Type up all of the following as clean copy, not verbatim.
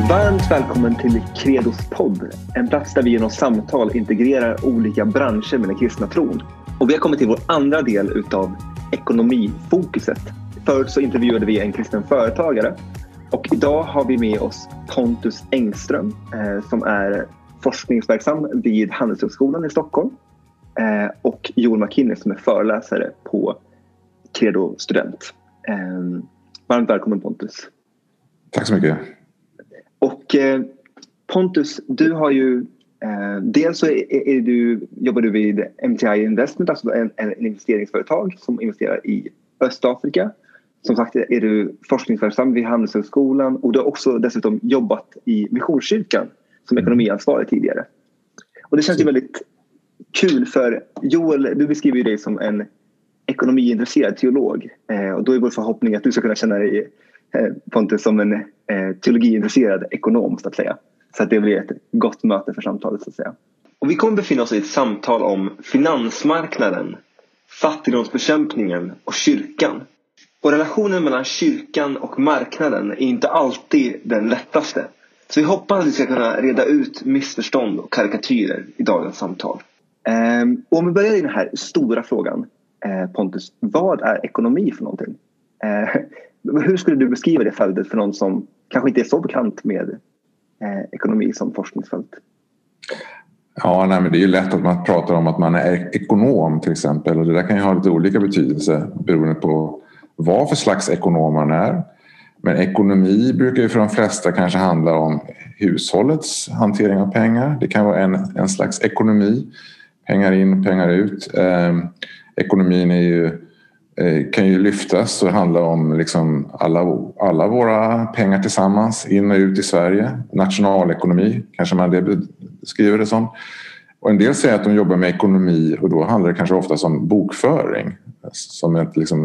Varmt välkommen till Credos podd, en plats där vi genom samtal integrerar olika branscher med den kristna tron. Och vi har kommit till vår andra del utav ekonomifokuset. Förut så intervjuade vi en kristen företagare och idag har vi med oss Pontus Engström som är forskningsverksam vid Handelshögskolan i Stockholm och Joel McKinney som är föreläsare på Credo Student. Varmt välkommen Pontus. Tack så mycket. Och Pontus, du har ju dels så jobbar du vid MTI Investment, alltså en investeringsföretag som investerar i Östafrika. Som sagt är du forskningsverksam vid Handelshögskolan och du har också dessutom jobbat i Missionskyrkan som ekonomiansvarig tidigare. Och det känns ju väldigt kul för Joel, du beskriver ju dig som en ekonomiintresserad teolog och då är vår förhoppning att du ska kunna känna dig Pontus som en teologiintresserad ekonom så att säga. Så att det blir ett gott möte för samtalet så att säga. Och vi kommer befinna oss i ett samtal om finansmarknaden, fattigdomsbekämpningen och kyrkan. Och relationen mellan kyrkan och marknaden är inte alltid den lättaste. Så vi hoppas att vi ska kunna reda ut missförstånd och karikatyrer i dagens samtal. Och om vi börjar i den här stora frågan, Pontus, vad är ekonomi för någonting? Hur skulle du beskriva det fältet för någon som kanske inte är så bekant med ekonomi som forskningsfält? Ja, men det är ju lätt att man pratar om att man är ekonom till exempel. Och det där kan ju ha lite olika betydelse beroende på vad för slags ekonom man är. Men ekonomi brukar ju för de flesta kanske handla om hushållets hantering av pengar. Det kan vara en slags ekonomi. Pengar in, pengar ut. Ekonomin är ju kan ju lyftas och handla om liksom alla våra pengar tillsammans in och ut i Sverige. Nationalekonomi kanske man det beskriver det som. Och en del säger att de jobbar med ekonomi och då handlar det kanske ofta om bokföring som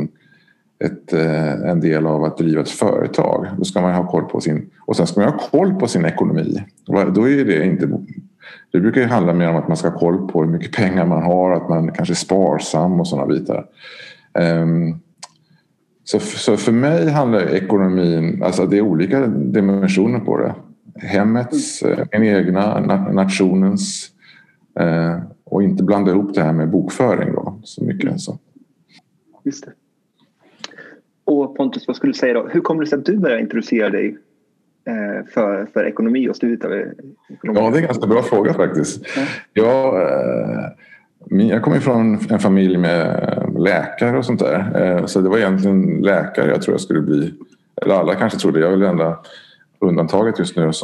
en del av att driva ett företag. Då ska man ha koll på och sen ska man ha koll på sin ekonomi. Då är det inte. Det brukar ju handla mer om att man ska ha koll på hur mycket pengar man har, att man kanske är sparsam och sådana bitar. Så för mig handlar ekonomin, alltså det är olika dimensioner på det. Hemmets, en egna, nationens och inte blanda ihop det här med bokföring då, så mycket. Så. Just det. Och Pontus, vad skulle du säga då? Hur kommer det sig att du började introducera dig för ekonomi och studiet av ekonomi? Ja, det är en ganska bra fråga faktiskt. Jag kommer från en familj med läkare och sånt där. Så det var egentligen läkare jag tror jag skulle bli. Eller alla kanske trodde. Jag är väl enda undantaget just nu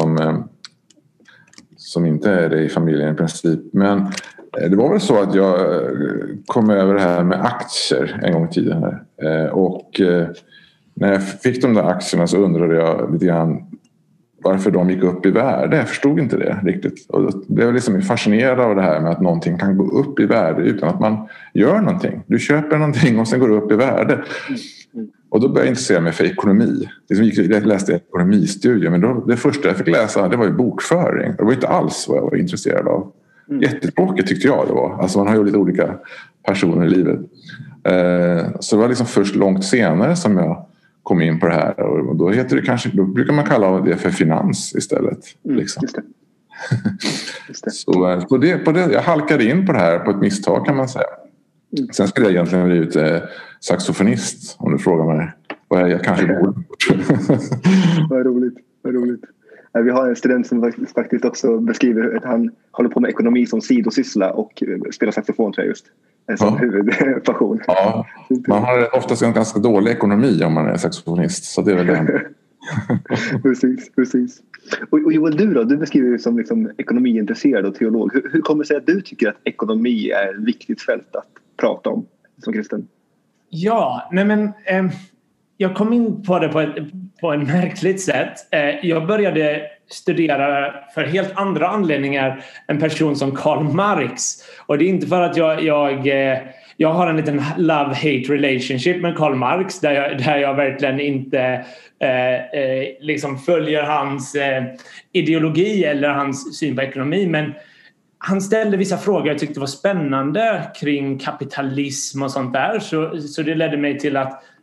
som inte är det i familjen i princip. Men det var väl så att jag kom över det här med aktier en gång i tiden. Och när jag fick de där aktierna så undrade jag lite grann varför de gick upp i värde. Jag förstod inte det riktigt. Och då blev jag liksom fascinerad av det här med att någonting kan gå upp i värde utan att man gör någonting. Du köper någonting och sen går det upp i värde. Och då började jag intressera mig för ekonomi. Jag läste ekonomistudier men det första jag fick läsa det var ju bokföring. Det var inte alls vad jag var intresserad av. Jättetråkigt tyckte jag det var. Alltså man har ju lite olika personer i livet. Så det var liksom först långt senare som jag kom in på det här och då brukar man kalla det för finans istället. Liksom. Just det. Så på det, jag halkade in på det här på ett misstag kan man säga. Sen skulle jag egentligen bli saxofonist om du frågar mig vad jag kanske borde. Vad roligt. Vi har en student som faktiskt också beskriver att han håller på med ekonomi som sidosyssla och spelar saxofon tror jag just. Som huvudpassion. Ja, man har oftast en ganska dålig ekonomi om man är saxofonist. Så det är väl det. Precis. Och Joel, du beskriver dig som liksom ekonomiintresserad och teolog. Hur kommer det sig att du tycker att ekonomi är ett viktigt fält att prata om som kristen? Ja, jag kom in på det på en märkligt sätt. Jag började studera för helt andra anledningar en person som Karl Marx. Och det är inte för att jag har en liten love-hate relationship med Karl Marx där jag verkligen inte liksom följer hans ideologi eller hans syn på ekonomi. Men han ställde vissa frågor jag tyckte var spännande kring kapitalism och sånt där. Så det ledde mig till att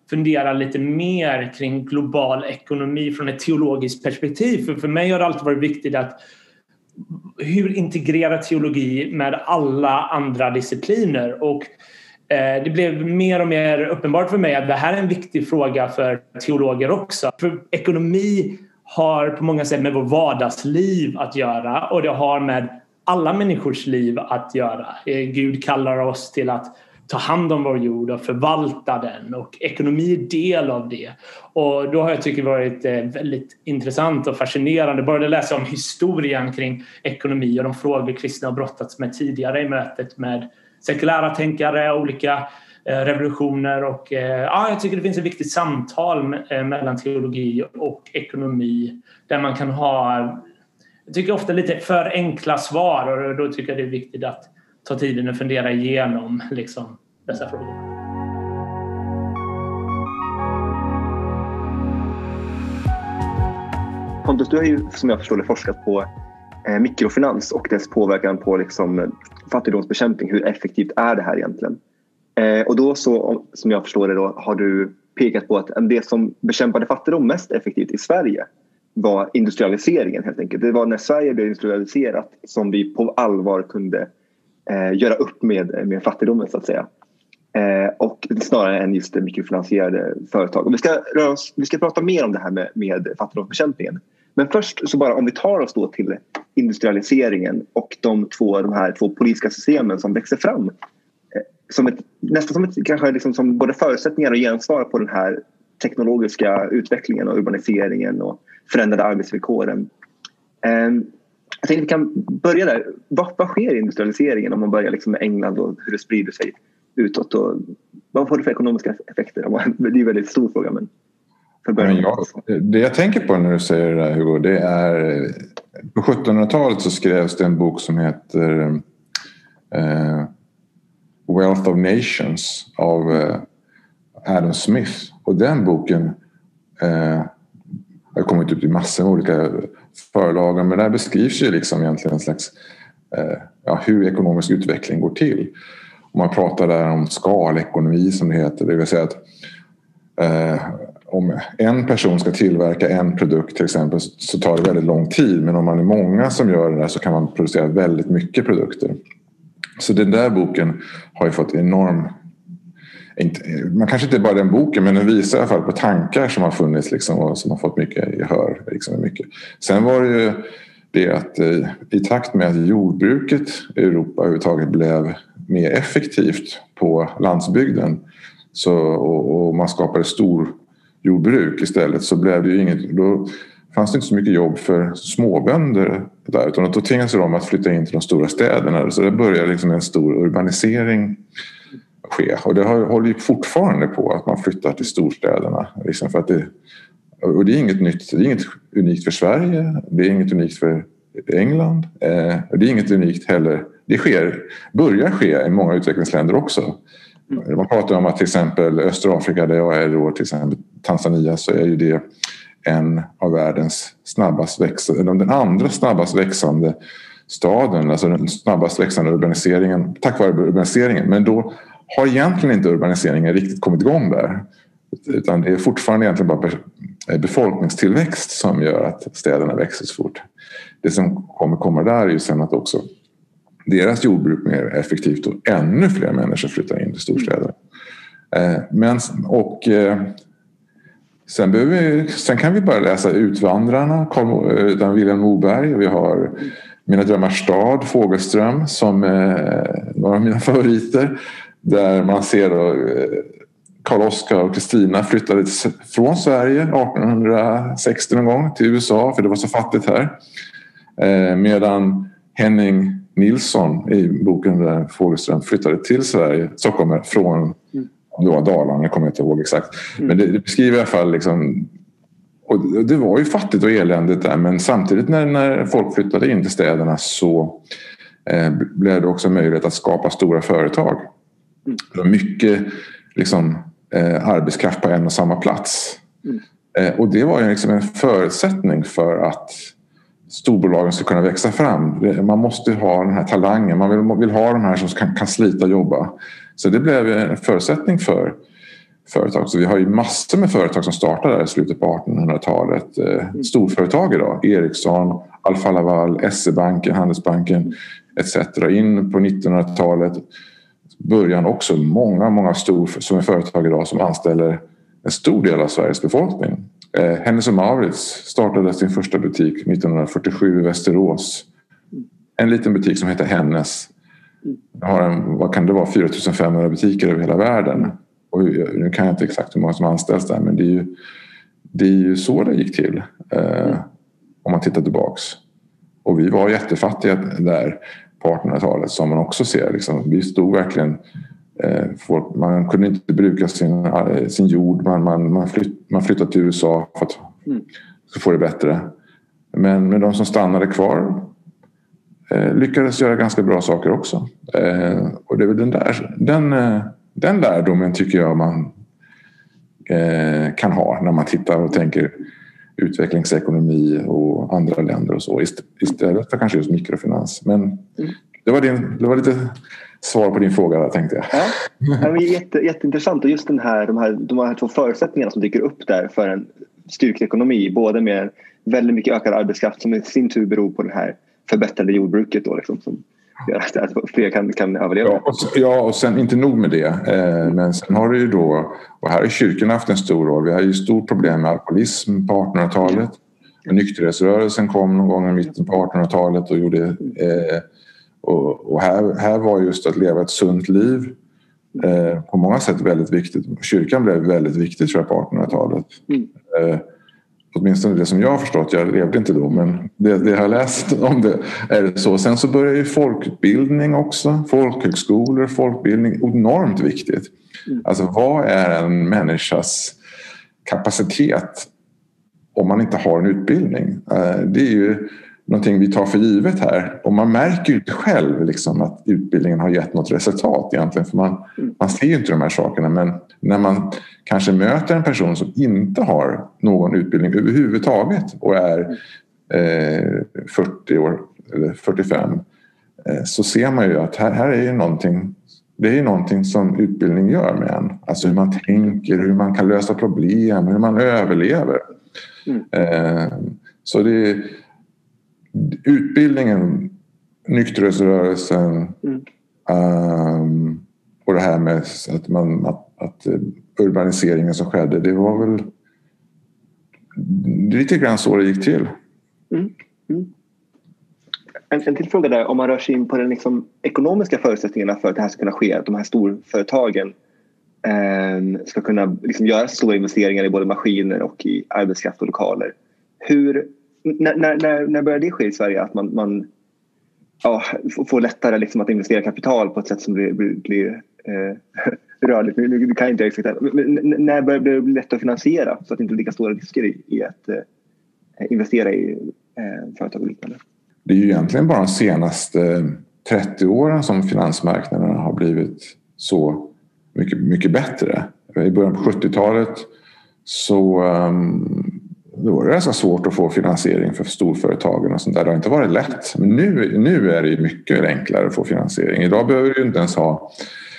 fundera lite mer kring global ekonomi från ett teologiskt perspektiv. För mig har det alltid varit viktigt att hur integrera teologi med alla andra discipliner. Och det blev mer och mer uppenbart för mig att det här är en viktig fråga för teologer också. För ekonomi har på många sätt med vår vardagsliv att göra, och det har med alla människors liv att göra. Gud kallar oss till att ta hand om vår jord och förvalta den, och ekonomi är del av det. Och då har jag tyckt det varit väldigt intressant och fascinerande. Började läsa om historien kring ekonomi och de frågor kristna har brottats med tidigare i mötet med sekulära tänkare, olika revolutioner, och jag tycker det finns ett viktigt samtal mellan teologi och ekonomi där man kan ha, jag tycker ofta lite för enkla svar, och då tycker jag det är viktigt att ta tiden och fundera igenom liksom dessa frågor. Pontus, du har ju som jag förstår det forskat på mikrofinans och dess påverkan på liksom fattigdomsbekämpning. Hur effektivt är det här egentligen? Och då så, som jag förstår det då, har du pekat på att det som bekämpade fattigdom mest effektivt i Sverige var industrialiseringen helt enkelt. Det var när Sverige blev industrialiserat som vi på allvar kunde göra upp med fattigdomen så att säga. Och snarare än just det mikrofinansierade företag. Och vi ska prata mer om det här med fattigdomsbekämpningen. Men först så bara om vi tar oss då till industrialiseringen och de här två politiska systemen som växer fram nästan som ett kanske liksom som både förutsättningar och gensvar på den här teknologiska utvecklingen och urbaniseringen och förändrade arbetsvillkoren. Jag tänkte vi kan börja där. Vad sker i industrialiseringen om man börjar liksom med England och hur det sprider sig utåt, och vad får det för ekonomiska effekter? Det är en väldigt stor fråga, men det jag tänker på när du säger det här, Hugo, det är på 1700-talet så skrevs det en bok som heter Wealth of Nations av Adam Smith, och den boken har kommit ut i massor av olika förlag, men där beskrivs ju liksom egentligen en slags hur ekonomisk utveckling går till. Och man pratar där om skalekonomi som det heter, det vill säga att om en person ska tillverka en produkt till exempel så tar det väldigt lång tid, men om man är många som gör det där så kan man producera väldigt mycket produkter. Så den där boken har ju fått man kanske inte bara den boken, men den visar i alla fall på tankar som har funnits liksom, och som har fått mycket gehör. Liksom, mycket. Sen var det ju det att i takt med att jordbruket i Europa överhuvudtaget blev mer effektivt på landsbygden och man skapade stor jordbruk istället, så blev det ju då fanns det inte så mycket jobb för småbönder där, utan då tvingades de att flytta in till de stora städerna, så det började liksom en stor urbanisering ske, och det håller ju fortfarande på att man flyttar till storstäderna liksom, för att och det är inget nytt, det är inget unikt för Sverige, det är inget unikt för England, och det är inget unikt heller, det börjar ske i många utvecklingsländer också. Man pratar om att till exempel Österafrika, där jag är då, till exempel Tanzania, så är ju det en av världens snabbast växande, den andra snabbast växande staden, alltså den snabbast växande urbaniseringen, tack vare urbaniseringen. Men då har egentligen inte urbaniseringen riktigt kommit igång där, utan det är fortfarande egentligen bara befolkningstillväxt som gör att städerna växer så fort. Det som kommer komma där är ju sen att också deras jordbruk mer effektivt och ännu fler människor flyttar in till storstäder. Sen kan vi bara läsa Utvandrarna, Vilhelm Moberg. Vi har Mina drömmars stad, Fågelström, som några av mina favoriter. Där man ser då Karl Oskar och Kristina flyttade från Sverige 1860 någon gång till USA, för det var så fattigt här. Medan Henning Nilsson i boken där Fågelström flyttade till Sverige, Stockholm, från Dalarna, jag kommer inte ihåg exakt. Men det beskriver i alla fall liksom, och det var ju fattigt och eländigt där, men samtidigt när folk flyttade in till städerna så blev det också möjligt att skapa stora företag. Det var mycket liksom, arbetskraft på en och samma plats. Och det var ju liksom en förutsättning för att storbolagen ska kunna växa fram. Man måste ha den här talangen. Man vill ha de här som kan slita och jobba. Så det blev en förutsättning företag. Så vi har ju massor med företag som startade där i slutet på 1800-talet. Storföretag idag. Ericsson, Alfa Laval, SE-banken, Handelsbanken etc. In på 1900-talet början också många som är företag idag som anställer en stor del av Sveriges befolkning. Hennes & Mauritz startade sin första butik 1947 i Västerås. En liten butik som heter Hennes. Har vad kan det vara, 4500 butiker över hela världen. Och nu kan jag inte exakt hur många som anställs där, men det är ju så det gick till om man tittar tillbaks. Och vi var jättefattiga där på 1800-talet som man också ser. Liksom. Vi stod verkligen... man kunde inte bruka sin jord. Man flyttade till USA för att få det bättre. Men de som stannade kvar lyckades göra ganska bra saker också. Och det är väl den lärdomen tycker jag man kan ha när man tittar och tänker utvecklingsekonomi och andra länder och så istället för kanske just mikrofinans. Men det var lite svar på din fråga där, tänkte jag. Ja, det är jätteintressant, och just de här två förutsättningarna som dyker upp där för en styrkeekonomi, både med väldigt mycket ökad arbetskraft som i sin tur beror på det här förbättrade jordbruket då, liksom, som gör att fler kan överleva. Ja, och sen inte nog med det, men sen har det ju då, och här har kyrkan haft en stor roll. Vi har ju stort problem med alkoholism på 1800-talet. Nykterhetsrörelsen kom någon gång i mitten på 1800-talet och gjorde och här var just att leva ett sunt liv på många sätt väldigt viktigt. Kyrkan blev väldigt viktig, tror jag, på 1800-talet. Åtminstone det som jag har förstått. Jag levde inte då, men det jag har läst om det är det så. Sen så börjar ju folkbildning också. Folkhögskolor, folkbildning, enormt viktigt. Alltså vad är en människas kapacitet om man inte har en utbildning? Det är ju någonting vi tar för givet här. Och man märker ju inte själv liksom att utbildningen har gett något resultat egentligen. För man ser ju inte de här sakerna. Men när man kanske möter en person som inte har någon utbildning överhuvudtaget och är 40 år eller 45, så ser man ju att här är ju någonting. Det är någonting som utbildning gör med en. Alltså hur man tänker, hur man kan lösa problem, hur man överlever. Så det är utbildningen, nykterhetsrörelsen och det här med att urbaniseringen som skedde, det var väl lite grann så det gick till. En till fråga där, om man rör sig in på den liksom ekonomiska förutsättningarna för att det här ska kunna ske, att de här storföretagen ska kunna liksom göra stora investeringar i både maskiner och i arbetskraft och lokaler. När börjar det ske i Sverige att man får lättare liksom att investera kapital på ett sätt som blir rörligt? Nu kan inte jag exakt. När börjar det bli lätt att finansiera så att det inte blir lika stora risker i att investera i företag och liknande? Det är ju egentligen bara de senaste 30 åren som finansmarknaderna har blivit så mycket bättre. I början på 70-talet så då var det ganska svårt att få finansiering för storföretagen och sånt där. Det har inte varit lätt. Men nu är det mycket enklare att få finansiering. Idag behöver du inte ens ha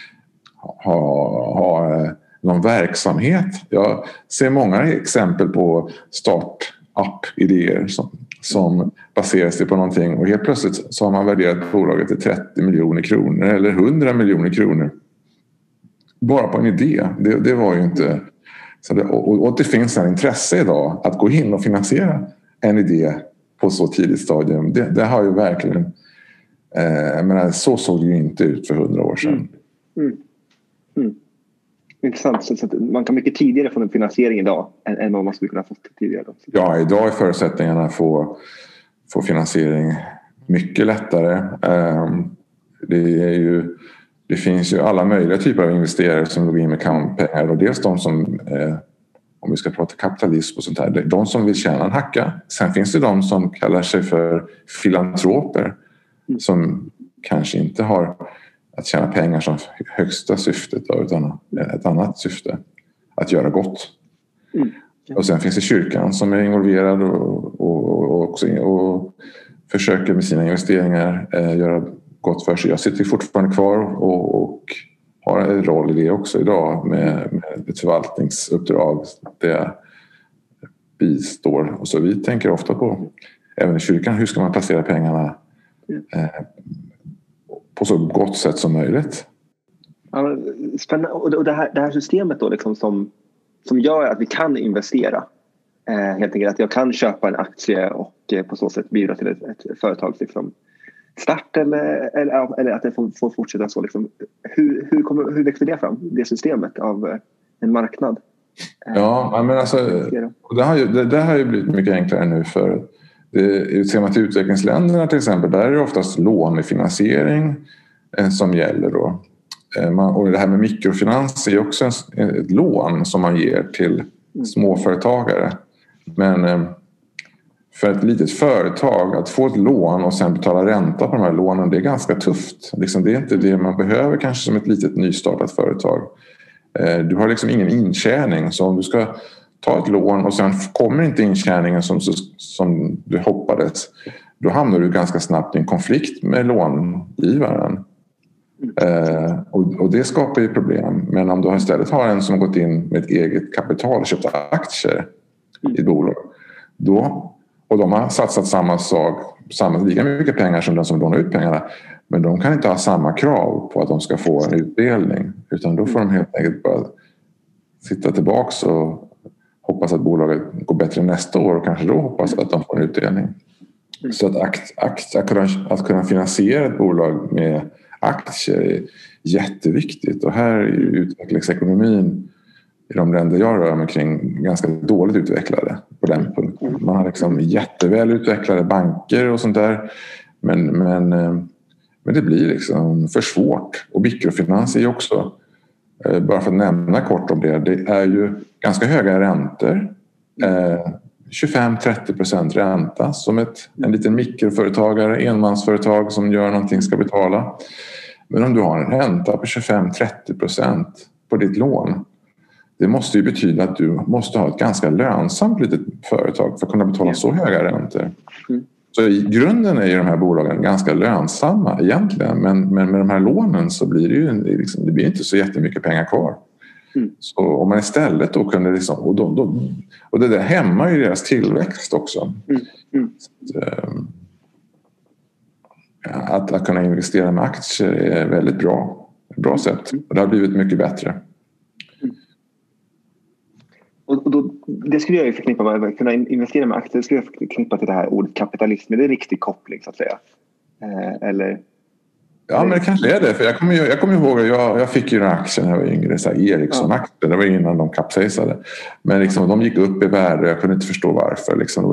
någon verksamhet. Jag ser många exempel på startup-idéer som baserar sig på någonting, och helt plötsligt så har man värderat bolaget till 30 miljoner kronor eller 100 miljoner kronor bara på en idé. Det var ju inte... Och det finns en intresse idag att gå in och finansiera en idé på så tidigt stadium. Det har ju verkligen... så såg det ju inte ut för 100 år sedan. Intressant. Så att man kan mycket tidigare få en finansiering idag än vad man skulle kunna få tidigare. Ja, idag är förutsättningarna att få finansiering mycket lättare. Det finns ju alla möjliga typer av investerare som går in med pengar, och dels de som, om vi ska prata kapitalism och sånt här, de som vill tjäna en hacka. Sen finns det de som kallar sig för filantroper som kanske inte har att tjäna pengar som högsta syftet då, utan ett annat syfte, att göra gott. Och sen finns det kyrkan som är involverad och försöker med sina investeringar göra gott för sig. Jag sitter fortfarande kvar och har en roll i det också idag med ett förvaltningsuppdrag där jag bistår. Och så vi tänker ofta på, även i kyrkan, hur ska man placera pengarna på så gott sätt som möjligt. Ja, spännande. Och det här systemet då liksom som gör att vi kan investera. Helt enkelt att jag kan köpa en aktie och på så sätt bidra till ett företags liksom, start eller att det får fortsätta så. Liksom. Hur växer det fram, det systemet av en marknad? Ja, men alltså, det har ju blivit mycket enklare nu för ser man till utvecklingsländerna till exempel, där är det oftast lånefinansiering som gäller då. Och det här med mikrofinans är också ett lån som man ger till småföretagare. Men för ett litet företag att få ett lån och sen betala ränta på de här lånen, det är ganska tufft. Liksom, det är inte det man behöver kanske som ett litet nystartat företag. Du har liksom ingen intjäning, så om du ska ta ett lån och sen kommer inte intjäningen som du hoppades, då hamnar du ganska snabbt i en konflikt med långivaren. Och det skapar ju problem. Men om du istället har en som gått in med ett eget kapital och köpt aktier i ett bolag, och de har satsat lika mycket pengar som den som lånar ut pengarna, men de kan inte ha samma krav på att de ska få en utdelning, utan då får de helt enkelt bara sitta tillbaks och hoppas att bolaget går bättre nästa år och kanske då hoppas att de får en utdelning. Så att kunna finansiera ett bolag med aktier är jätteviktigt, och här är utvecklingsekonomin i de länder jag rör mig kring ganska dåligt utvecklade på den punkten. Man har liksom jätteväl utvecklade banker och sånt där, men det blir liksom för svårt. Och mikrofinans är ju också, bara för att nämna kort om det är ju ganska höga räntor. 25-30% ränta som en liten mikroföretagare, enmansföretag som gör någonting ska betala. Men om du har en ränta på 25-30% på ditt lån, det måste ju betyda att du måste ha ett ganska lönsamt litet företag för att kunna betala så höga räntor. Så i grunden är ju de här bolagen ganska lönsamma egentligen, men med de här lånen så blir det ju det blir inte så jättemycket pengar kvar. Så om man istället då kunde och det där hämmar ju deras tillväxt också. Att kunna investera med aktier är väldigt bra sätt, och det har blivit mycket bättre. Och då, det skulle jag ju förknippa med att kunna investera med aktier, skulle jag förknippa till det här ordet kapitalism. Är det en riktig koppling så att säga? Eller? Ja, men det kanske är det. För jag kommer ihåg att jag fick ju några aktier när jag var yngre. Så här Ericsson-aktier. Det var innan de kapsejsade. Men liksom, de gick upp i värde och jag kunde inte förstå varför. Liksom.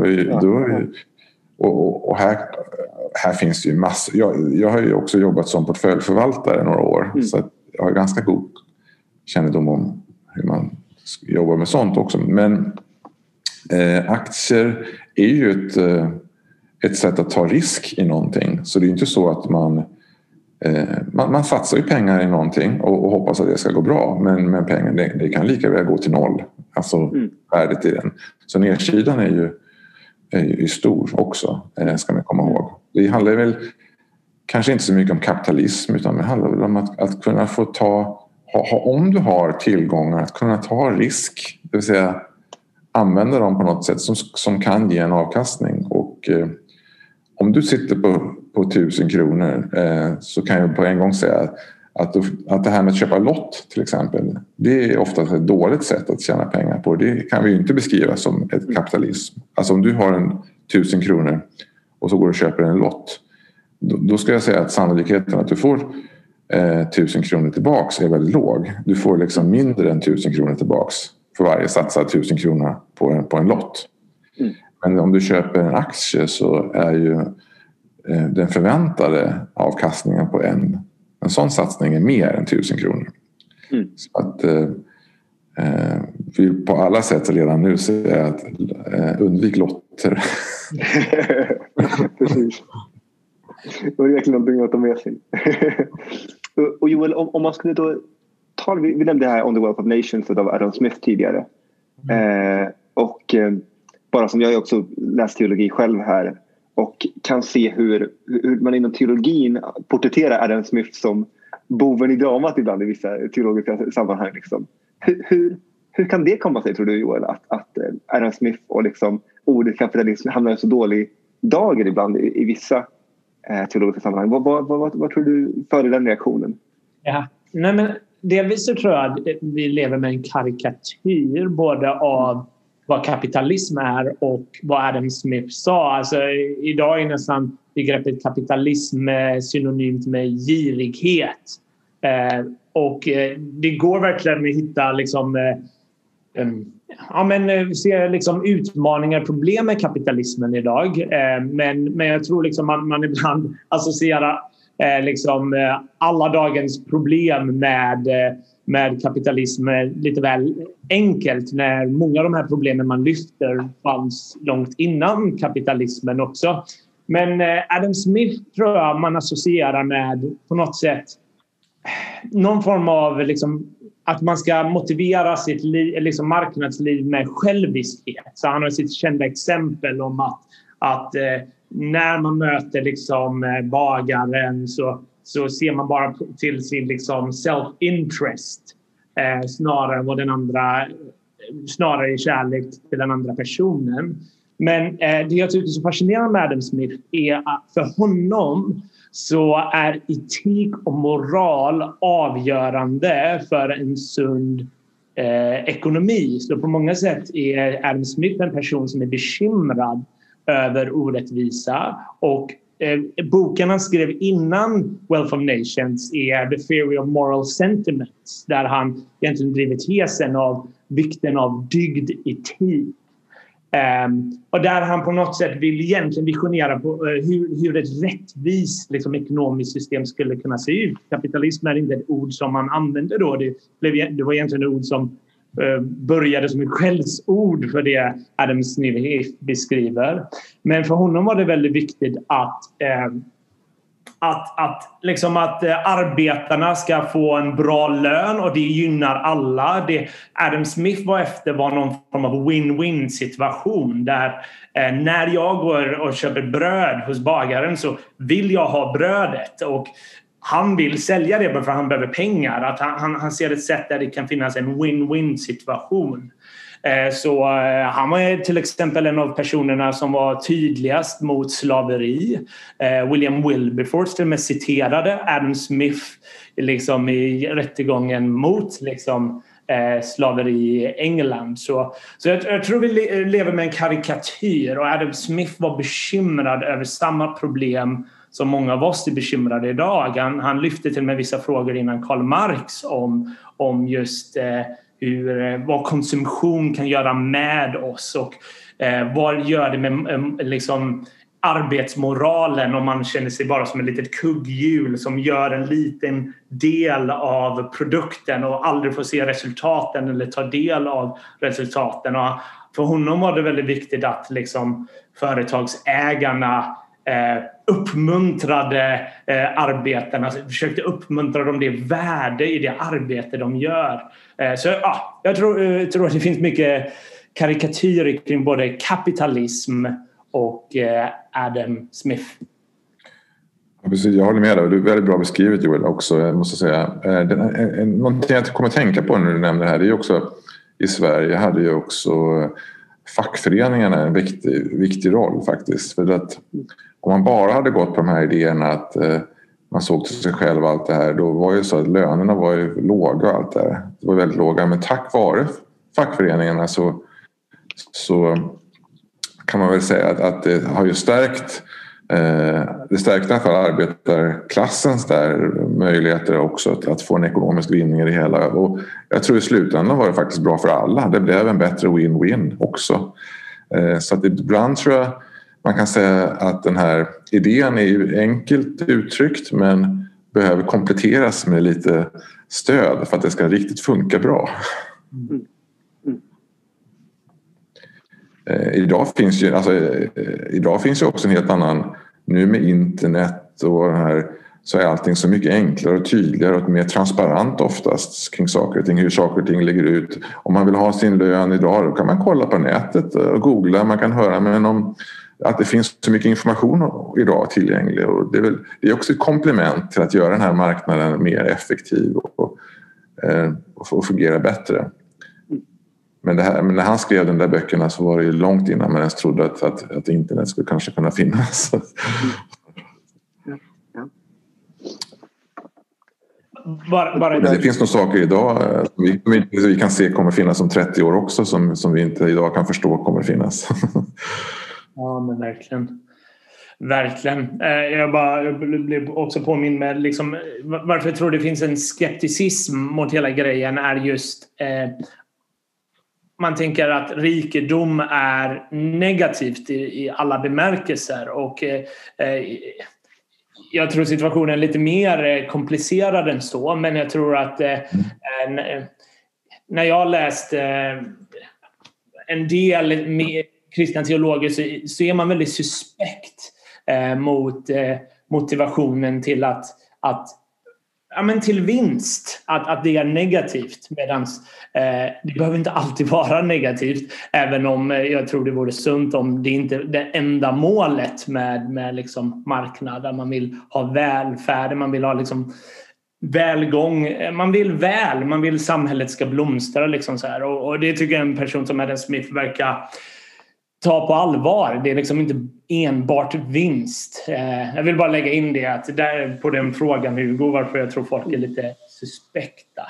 Och här finns det ju massor. Jag har ju också jobbat som portföljförvaltare några år. Så att jag har ganska god kännedom om hur man jobbar med sånt också. Men aktier är ju ett sätt att ta risk i någonting. Så det är inte så att man satsar ju pengar i någonting och hoppas att det ska gå bra, men pengar det kan lika väl gå till noll, alltså värdet i den. Så nedsidan är ju stor också, ska man komma ihåg. Det handlar väl kanske inte så mycket om kapitalism, utan det handlar väl om att kunna få om du har tillgångar, att kunna ta risk, det vill säga använda dem på något sätt som kan ge en avkastning. Och om du sitter på 1000 kronor så kan jag på en gång säga att det här med att köpa lott till exempel, det är ofta ett dåligt sätt att tjäna pengar på. Det kan vi ju inte beskriva som ett kapitalism. Alltså om du har 1000 kronor och så går du och köper en lott, då ska jag säga att sannolikheten att du får 1000 kronor tillbaks är väldigt låg. Du får liksom mindre än 1000 kronor tillbaks för varje satsad 1000 kronor på en lott. Men om du köper en aktie så är ju den förväntade avkastningen på en sån satsning är mer än 1000 kronor. Så att vi på alla sätt redan nu säger att undvik lotter. Precis. Det var verkligen någonting att ta med sig. Och Joel, om man skulle då vi nämnde det här On the Wealth of Nations av Adam Smith tidigare. Och bara som jag också läst teologi själv här och kan se hur man inom teologin porträtterar Adam Smith som boven i dramat ibland i vissa teologiska sammanhang. Liksom. Hur kan det komma sig, tror du, Joel, att Adam Smith och liksom ordet kapitalism hamnar i så dålig dager ibland i vissa teologiska sammanhang? Vad tror du före den reaktionen? Ja, nej men delvis så tror jag att vi lever med en karikatyr både av vad kapitalism är och vad Adam Smith sa. Alltså, idag är nästan begreppet kapitalism synonymt med girighet. Och det går verkligen att hitta liksom, se liksom utmaningar, problem med kapitalismen idag. Men jag tror liksom man ibland associerar alla dagens problem med kapitalism lite väl enkelt, när många av de här problemen man lyfter fanns långt innan kapitalismen också. Men Adam Smith tror jag man associerar med på något sätt någon form av liksom, att man ska motivera sitt liksom marknadsliv med själviskhet. Så han har sitt kända exempel om att när man möter liksom bagaren så ser man bara till sin liksom self-interest snarare i kärlek till den andra personen. Men det jag tycker är så fascinerande med Adam Smith är att för honom så är etik och moral avgörande för en sund ekonomi. Så på många sätt är Adam Smith en person som är bekymrad över orättvisa, och boken han skrev innan Wealth of Nations är The Theory of Moral Sentiments, där han egentligen driver tesen av vikten av dygd etik. Och där han på något sätt vill egentligen visionera på hur ett rättvist liksom, ekonomiskt system skulle kunna se ut. Kapitalism är inte ett ord som man använde då. Det var egentligen ett ord som började som ett skällsord för det Adam Smith beskriver. Men för honom var det väldigt viktigt att arbetarna ska få en bra lön, och det gynnar alla. Det Adam Smith var efter var någon form av win-win situation där när jag går och köper bröd hos bagaren så vill jag ha brödet, och han vill sälja det för han behöver pengar. Att han ser ett sätt där det kan finnas en win-win situation. Så han var till exempel en av personerna som var tydligast mot slaveri. William Wilberforce till och med citerade Adam Smith liksom i rättegången mot liksom, slaveri i England. Så jag tror vi lever med en karikatyr, och Adam Smith var bekymrad över samma problem som många av oss är bekymrade idag. Han lyfte till och med vissa frågor innan Karl Marx om just vad konsumtion kan göra med oss, och vad gör det med liksom, arbetsmoralen om man känner sig bara som ett litet kugghjul som gör en liten del av produkten och aldrig får se resultaten eller ta del av resultaten. Och för honom var det väldigt viktigt att liksom, företagsägarna uppmuntrade arbetarna, försökte uppmuntra dem det värde i det arbete de gör. Så jag tror att det finns mycket karikatyrer kring både kapitalism och Adam Smith. Ja, precis, jag håller med dig. Du är väldigt bra beskrivet, Joel, också, jag måste säga. Någonting jag kommer att tänka på när du nämner det här, det är också i Sverige hade ju också fackföreningarna en viktig roll faktiskt. För att om man bara hade gått på de här idéerna att man såg till sig själv och allt det här, då var ju så att lönerna var ju låga och allt det här. Det var väldigt låga, men tack vare fackföreningarna så kan man väl säga att det har ju stärkt i alla fall arbetarklassens där möjligheter också att få en ekonomisk vinning i det hela. Och jag tror i slutändan var det faktiskt bra för alla. Det blev en bättre win-win också. Så att ibland tror jag man kan säga att den här idén är ju enkelt uttryckt men behöver kompletteras med lite stöd för att det ska riktigt funka bra. Idag finns ju också en helt annan, nu med internet och den här, så är allting så mycket enklare och tydligare och mer transparent oftast kring saker och ting, hur saker och ting ligger ut. Om man vill ha sin lön idag, då kan man kolla på nätet och googla, man kan höra med någon att det finns så mycket information idag tillgänglig. Och det är också ett komplement till att göra den här marknaden mer effektiv och fungera bättre. Men när han skrev de där böckerna så var det långt innan man ens trodde att internet skulle kanske kunna finnas. Det finns nog saker idag vi kan se kommer finnas om 30 år också som vi inte idag kan förstå kommer finnas. Ja, men verkligen. Verkligen. Jag blev också påminn med liksom, varför jag tror det finns en skepticism mot hela grejen är just man tänker att rikedom är negativt i alla bemärkelser och jag tror situationen är lite mer komplicerad än så, men jag tror att när jag läste en del med kristna teologer så är man väldigt suspekt mot motivationen till att till vinst, att det är negativt, medan det behöver inte alltid vara negativt, även om jag tror det vore sunt om det inte är det enda målet med liksom marknaden. Man vill ha välfärd, man vill ha liksom välgång, man vill samhället ska blomstra liksom så här. Och det tycker jag en person som Adam Smith verkar ta på allvar. Det är liksom inte enbart vinst. Jag vill bara lägga in det att där på den frågan, Hugo, varför jag tror folk är lite suspekta.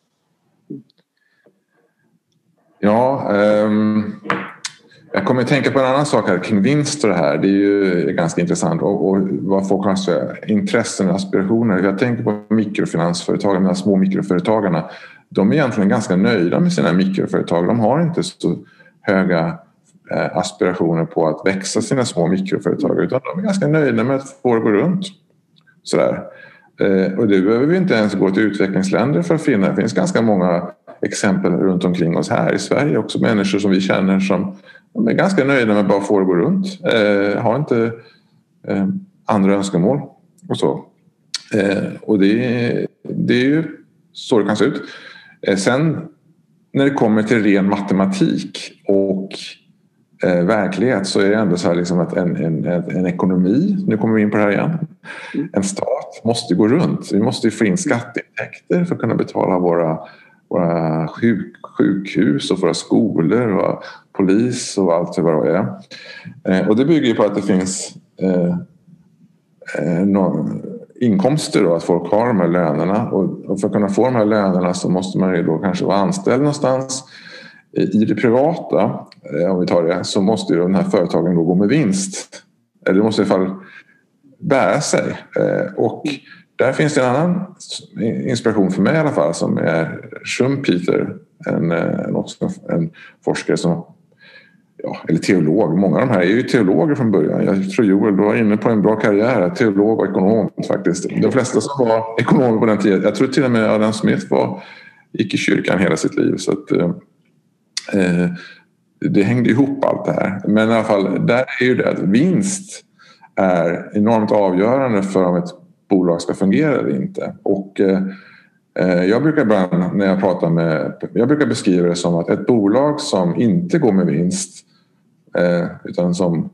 Ja, jag kommer att tänka på en annan sak här kring vinst och det här. Det är ju ganska intressant och vad folk har för intressen och aspirationer. Jag tänker på mikrofinansföretagen, de små mikroföretagarna. De är egentligen ganska nöjda med sina mikroföretag. De har inte så höga aspirationer på att växa sina små mikroföretag, utan de är ganska nöjda med att få det gå runt. Sådär. Och det behöver vi inte ens gå till utvecklingsländer för att finna. Det finns ganska många exempel runt omkring oss här i Sverige också. Människor som vi känner som är ganska nöjda med att bara få det gå runt. Har inte andra önskemål och så. Och det är ju så det kan se ut. Sen när det kommer till ren matematik och verklighet så är det ändå så här liksom att en ekonomi, nu kommer vi in på det här igen, en stat måste gå runt. Vi måste få in skatteintäkter för att kunna betala våra sjukhus och våra skolor och polis och allt vad det är. Och det bygger ju på att det finns inkomster då, att folk har de här lönerna och för att kunna få de här lönerna så måste man ju då kanske vara anställd någonstans. I det privata, om vi tar det, så måste ju de här företagen då gå med vinst. Eller det måste i alla fall bära sig. Och där finns det en annan inspiration för mig i alla fall som är Schumpeter, en forskare som, eller teolog. Många av de här är ju teologer från början. Jag tror Joel, du var inne på en bra karriär, teolog och ekonom faktiskt. De flesta som var ekonomer på den tiden, jag tror till och med Adam Smith gick i kyrkan hela sitt liv, så att det hängde ihop allt det här. Men i alla fall, där är ju det att vinst är enormt avgörande för om ett bolag ska fungera eller inte. Och jag brukar ibland när jag pratar jag brukar beskriva det som att ett bolag som inte går med vinst utan som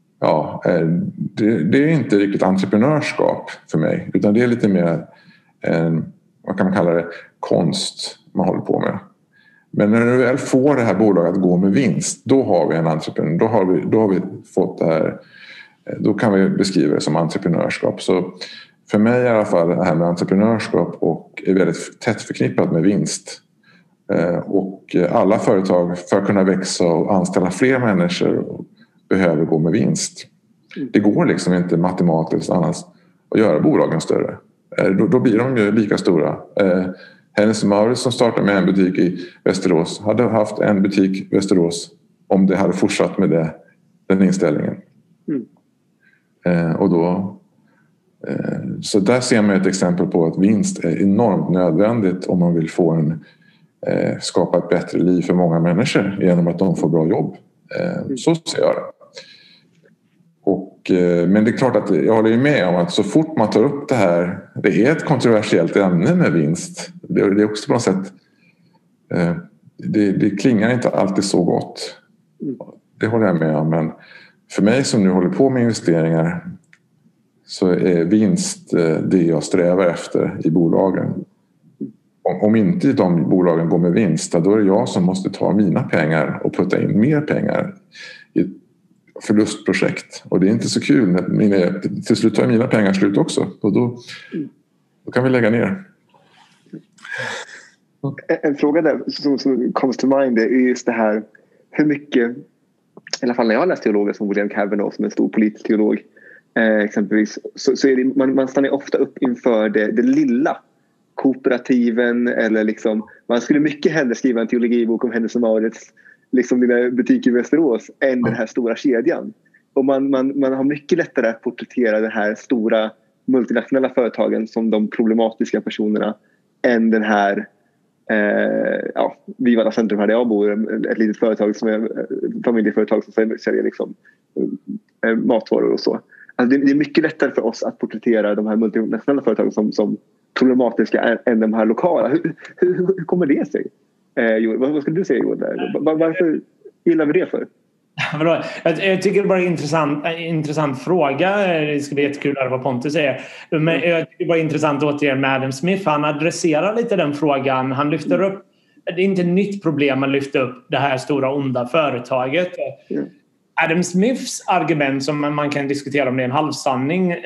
det är inte riktigt entreprenörskap för mig, utan det är lite mer vad kan man kalla det, konst man håller på med. Men när du väl får det här bolaget att gå med vinst, då har vi en entreprenör. Då har vi fått det här. Då kan vi beskriva det som entreprenörskap. Så för mig i alla fall det här med entreprenörskap och är väldigt tätt förknippat med vinst. Och alla företag för att kunna växa och anställa fler människor behöver gå med vinst. Det går liksom inte matematiskt annars att göra bolagen större. Då blir de ju lika stora. Hennes & Mauritz som startade med en butik i Västerås hade haft en butik i Västerås om det hade fortsatt med den inställningen. Och då, så där ser man ett exempel på att vinst är enormt nödvändigt om man vill få skapa ett bättre liv för många människor genom att de får bra jobb. Så ser jag det. Men det är klart att jag håller med om att så fort man tar upp det här, det är ett kontroversiellt ämne med vinst. Det är också på något sätt, det klingar inte alltid så gott. Det håller jag med om, men för mig som nu håller på med investeringar så är vinst det jag strävar efter i bolagen. Om inte de bolagen går med vinst, då är det jag som måste ta mina pengar och putta in mer pengar i ett förlustprojekt. Och det är inte så kul när till slut tar mina pengar slut också. Och då kan vi lägga ner. En fråga där som comes to mind är just det här hur mycket, i alla fall när jag har läst teologer som William Kavanaugh som är en stor politisk teolog exempelvis, så är det, man stannar ofta upp inför det lilla kooperativen eller liksom, man skulle mycket hellre skriva en teologibok om Hennes & Mauritz liksom lilla butik i Västerås än den här stora kedjan. Och man har mycket lättare att porträttera den här stora multinationella företagen som de problematiska personerna än den här Vivalla Centrum här där jag bor, ett litet företag som är familjeföretag som säljer liksom matvaror och så. Alltså det är mycket lättare för oss att porträttera de här multinationella företagen som problematiska än de här lokala. Hur kommer det sig? Joel, vad skulle du säga, Joel? Varför gillar vi det för? Jag tycker det bara är en intressant fråga. Det ska bli jättekul att höra vad Pontus säger. Men jag tycker det bara är intressant återigen med Adam Smith. Han adresserar lite den frågan. Han lyfter upp, det är inte ett nytt problem, man lyfter upp det här stora onda företaget. Adam Smiths argument, som man kan diskutera om det är en halvsanning,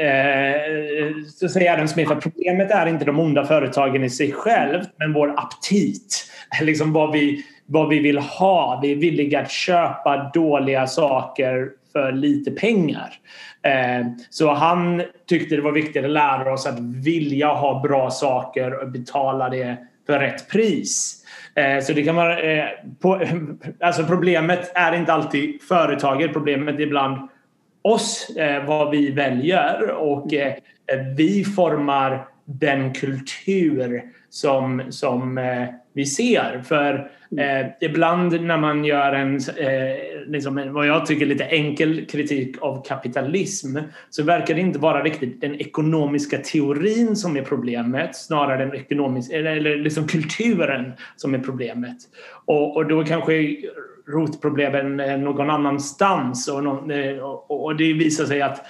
så säger Adam Smith att problemet är inte de onda företagen i sig själv, men vår aptit. Liksom vad vi vill ha. Vi är villiga att köpa dåliga saker för lite pengar. Så han tyckte det var viktigt att lära oss att vilja ha bra saker och betala det för rätt pris. Så det kan vara alltså problemet är inte alltid företaget, problemet är ibland oss, vad vi väljer, och vi formar den kultur som vi ser. För ibland när man gör en liksom, vad jag tycker lite enkel kritik av kapitalism, så verkar det inte vara riktigt den ekonomiska teorin som är problemet, snarare den ekonomiska eller liksom kulturen som är problemet. Och då kanske rotproblemen någon annanstans, och det visar sig att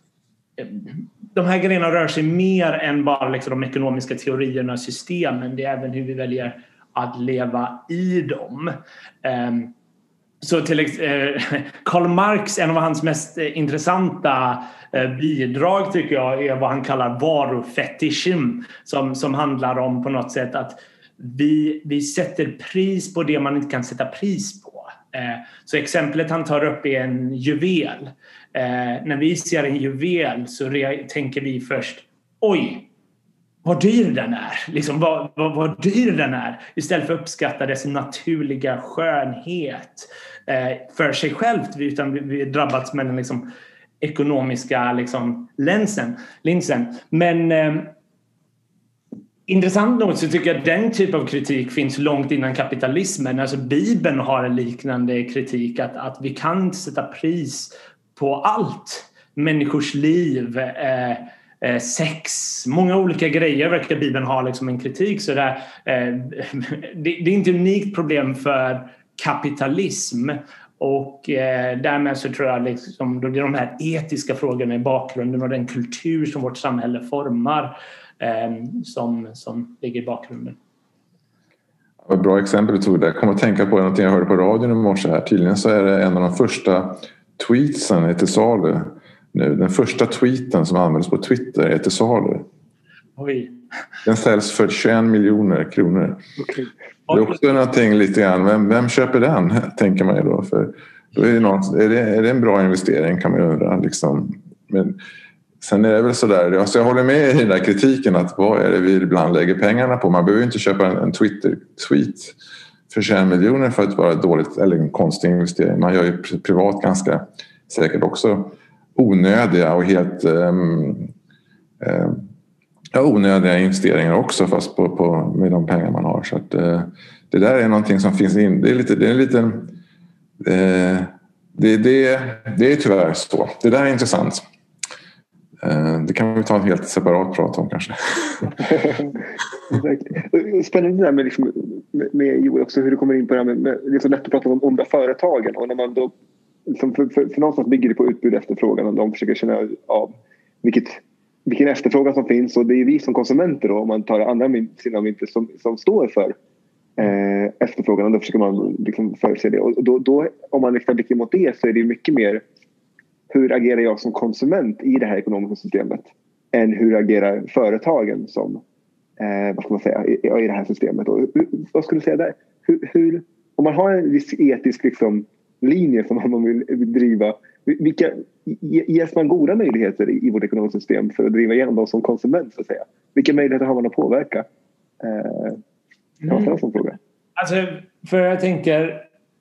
de här grejerna rör sig mer än bara liksom de ekonomiska teorierna och systemen. Det är även hur vi väljer att leva i dem. Så till Karl Marx, en av hans mest intressanta bidrag tycker jag är vad han kallar varufetischism, som handlar om på något sätt att vi sätter pris på det man inte kan sätta pris på. Så exemplet han tar upp är en juvel. När vi ser en juvel så tänker vi först, oj, vad dyr den är. Liksom, vad dyr den är. Istället för att uppskatta dess naturliga skönhet för sig självt. Utan vi drabbats med den liksom ekonomiska liksom linsen. Men intressant nog så tycker jag att den typ av kritik finns långt innan kapitalismen. Alltså Bibeln har en liknande kritik. Att vi kan inte sätta pris på allt. Människors liv, sex, många olika grejer verkar Bibeln ha liksom en kritik. Så det är inte ett unikt problem för kapitalism. Och därmed så tror jag liksom, det är de här etiska frågorna i bakgrunden och den kultur som vårt samhälle formar som ligger i bakgrunden. Vad bra exempel du tog där. Jag kommer att tänka på något jag hörde på radion i morse här. Tydligen så är det en av de första tweetsen är till salu nu. Den första tweeten som används på Twitter är till salu. Oj. Den säljs för 21 miljoner kronor. Okay. Det är också någonting lite grann. Vem köper den? Tänker man ju då. För då är det en bra investering kan man undra. Liksom. Men sen är det väl sådär. Alltså jag håller med i den där kritiken att vad är det vi ibland lägger pengarna på? Man behöver inte köpa en Twitter-tweet för 21 miljoner för att vara dåligt eller en konstig investering. Man gör ju privat ganska säkert också onödiga och helt onödiga investeringar också fast med de pengar man har. Så att, det där är någonting som finns in. Det är tyvärr så. Det där är intressant. Det kan vi ta ett helt separat prat om kanske. Spännande det där med Joel också, hur du kommer in på det här med det är så lätt att prata om onda företagen, och när man då för någonstans bygger det på utbud och efterfrågan och de försöker känna av vilken efterfrågan som finns, och det är vi som konsumenter då, om man tar andra sidan av myntet som står för efterfrågan, och då försöker man liksom förutse det, och då om man riktar blicken mot det så är det mycket mer hur agerar jag som konsument i det här ekonomiska systemet än hur agerar företagen som vad ska man säga, i det här systemet. Och vad skulle du säga där? Hur, om man har en viss etisk liksom, linje som man vill driva, ges man goda möjligheter i vårt ekonomiska system för att driva igenom dem som konsument, så att säga? Vilka möjligheter har man att påverka? Kan man ställa en sån fråga? Alltså, för jag tänker